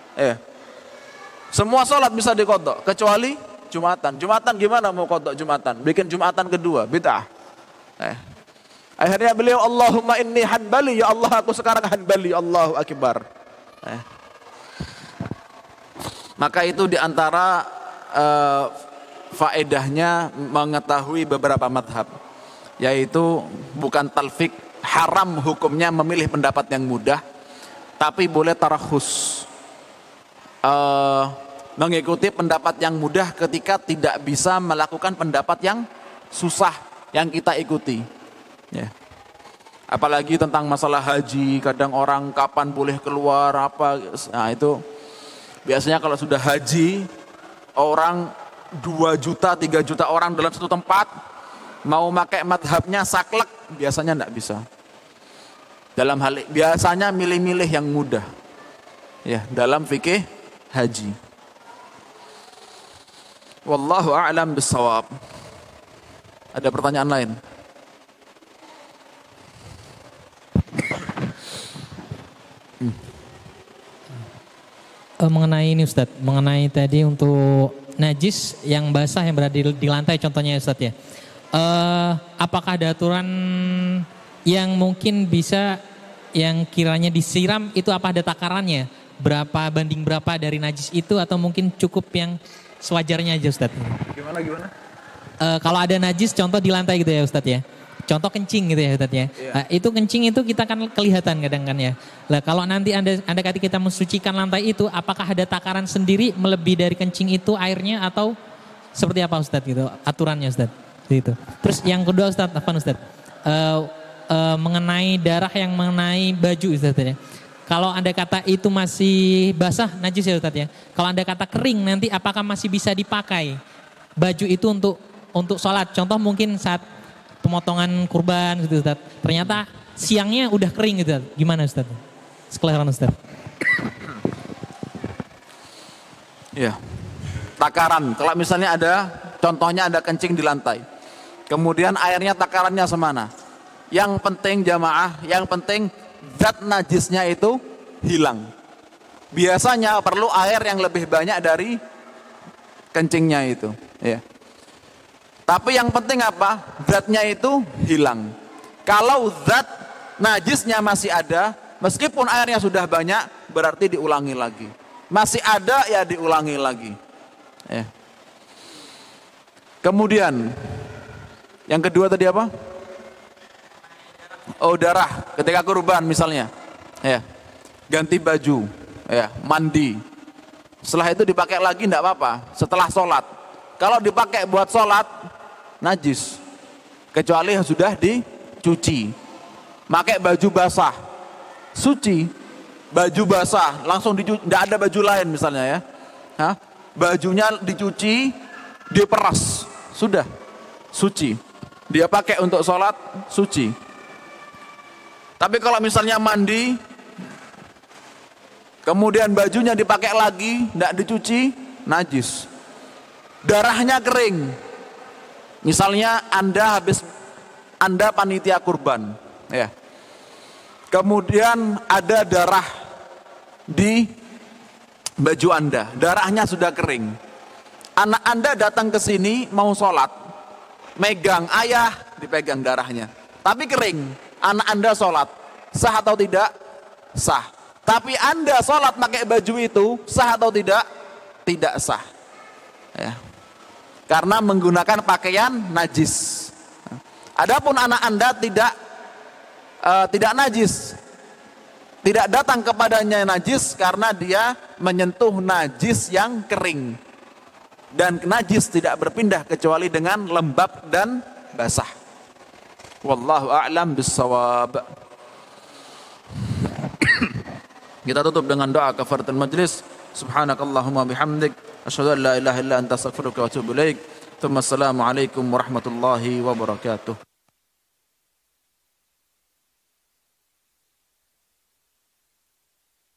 Semua sholat bisa dikodok kecuali Jumatan. Jumatan gimana mau kodok Jumatan? Bikin Jumatan kedua, bid'ah. Akhirnya beliau, Allahumma inni hanbali, ya Allah aku sekarang hanbali, Allahu Akbar. Maka itu diantara faedahnya mengetahui beberapa madhab, yaitu bukan talfik, haram hukumnya memilih pendapat yang mudah, tapi boleh tarakhus, mengikuti pendapat yang mudah ketika tidak bisa melakukan pendapat yang susah yang kita ikuti. Apalagi tentang masalah haji, kadang orang kapan boleh keluar apa, nah itu biasanya kalau sudah haji, orang 2 juta, 3 juta orang dalam satu tempat, mau pakai madhabnya saklek, biasanya tidak bisa. Dalam hal biasanya milih-milih yang mudah, dalam fikih haji. Wallahu a'lam bissawab. Ada pertanyaan lain? Mengenai ini Ustadz, mengenai tadi untuk najis yang basah yang berada di lantai contohnya Ustadz ya. Apakah ada aturan yang mungkin bisa yang kiranya disiram itu, apa ada takarannya? Berapa banding berapa dari najis itu, atau mungkin cukup yang sewajarnya aja Ustadz? Gimana? Kalau ada najis contoh di lantai gitu ya Ustadz ya. Contoh kencing gitu ya Ustadz ya. Nah, itu kencing itu kita kan kelihatan kadang kan ya. Lah kalau nanti anda kata kita mensucikan lantai itu, apakah ada takaran sendiri melebihi dari kencing itu airnya, atau seperti apa Ustadz gitu aturannya Ustadz? Gitu. Terus yang kedua Ustadz, apa Ustadz? Mengenai darah yang mengenai baju Ustadz ya. Kalau anda kata itu masih basah najis ya Ustadz ya. Kalau anda kata kering nanti apakah masih bisa dipakai baju itu untuk sholat? Contoh mungkin saat pemotongan kurban gitu Ustaz. Ternyata siangnya udah kering gitu. Gimana Ustaz? Sekelaran Ustaz. Ya. Takaran. Kalau misalnya contohnya ada kencing di lantai. Kemudian airnya takarannya semana. Yang penting jamaah, yang penting zat najisnya itu hilang. Biasanya perlu air yang lebih banyak dari kencingnya itu. Ya. Tapi yang penting apa? Zatnya itu hilang. Kalau zat najisnya masih ada, meskipun airnya sudah banyak, berarti diulangi lagi. Masih ada ya diulangi lagi. Ya. Kemudian yang kedua tadi apa? Oh, darah ketika kurban misalnya. Ya. Ganti baju, ya, mandi. Setelah itu dipakai lagi enggak apa-apa, setelah sholat. Kalau dipakai buat sholat, najis. Kecuali yang sudah dicuci. Pakai baju basah, suci. Baju basah, langsung dicuci, enggak ada baju lain misalnya ya. Hah? Bajunya dicuci, diperas, sudah, suci. Dia pakai untuk sholat, suci. Tapi kalau misalnya mandi, kemudian bajunya dipakai lagi, tidak dicuci, najis. Darahnya kering. Misalnya Anda panitia kurban, ya. Kemudian ada darah di baju Anda, darahnya sudah kering. Anak Anda datang ke sini mau sholat, megang ayah, dipegang darahnya, tapi kering. Anak Anda sholat, sah atau tidak? Sah. Tapi Anda sholat pakai baju itu, sah atau tidak? Tidak sah. Ya. Karena menggunakan pakaian najis. Adapun anak Anda tidak najis, tidak datang kepadanya najis karena dia menyentuh najis yang kering. Dan najis tidak berpindah kecuali dengan lembab dan basah. Wallahu a'lam bissawab. Kita tutup dengan doa kafaratul majlis. Subhanakallahumma bihamdik, asyhadu an la ilaha illa anta astaghfiruka wa atubu ilaik. Assalamualaikum warahmatullahi wabarakatuh.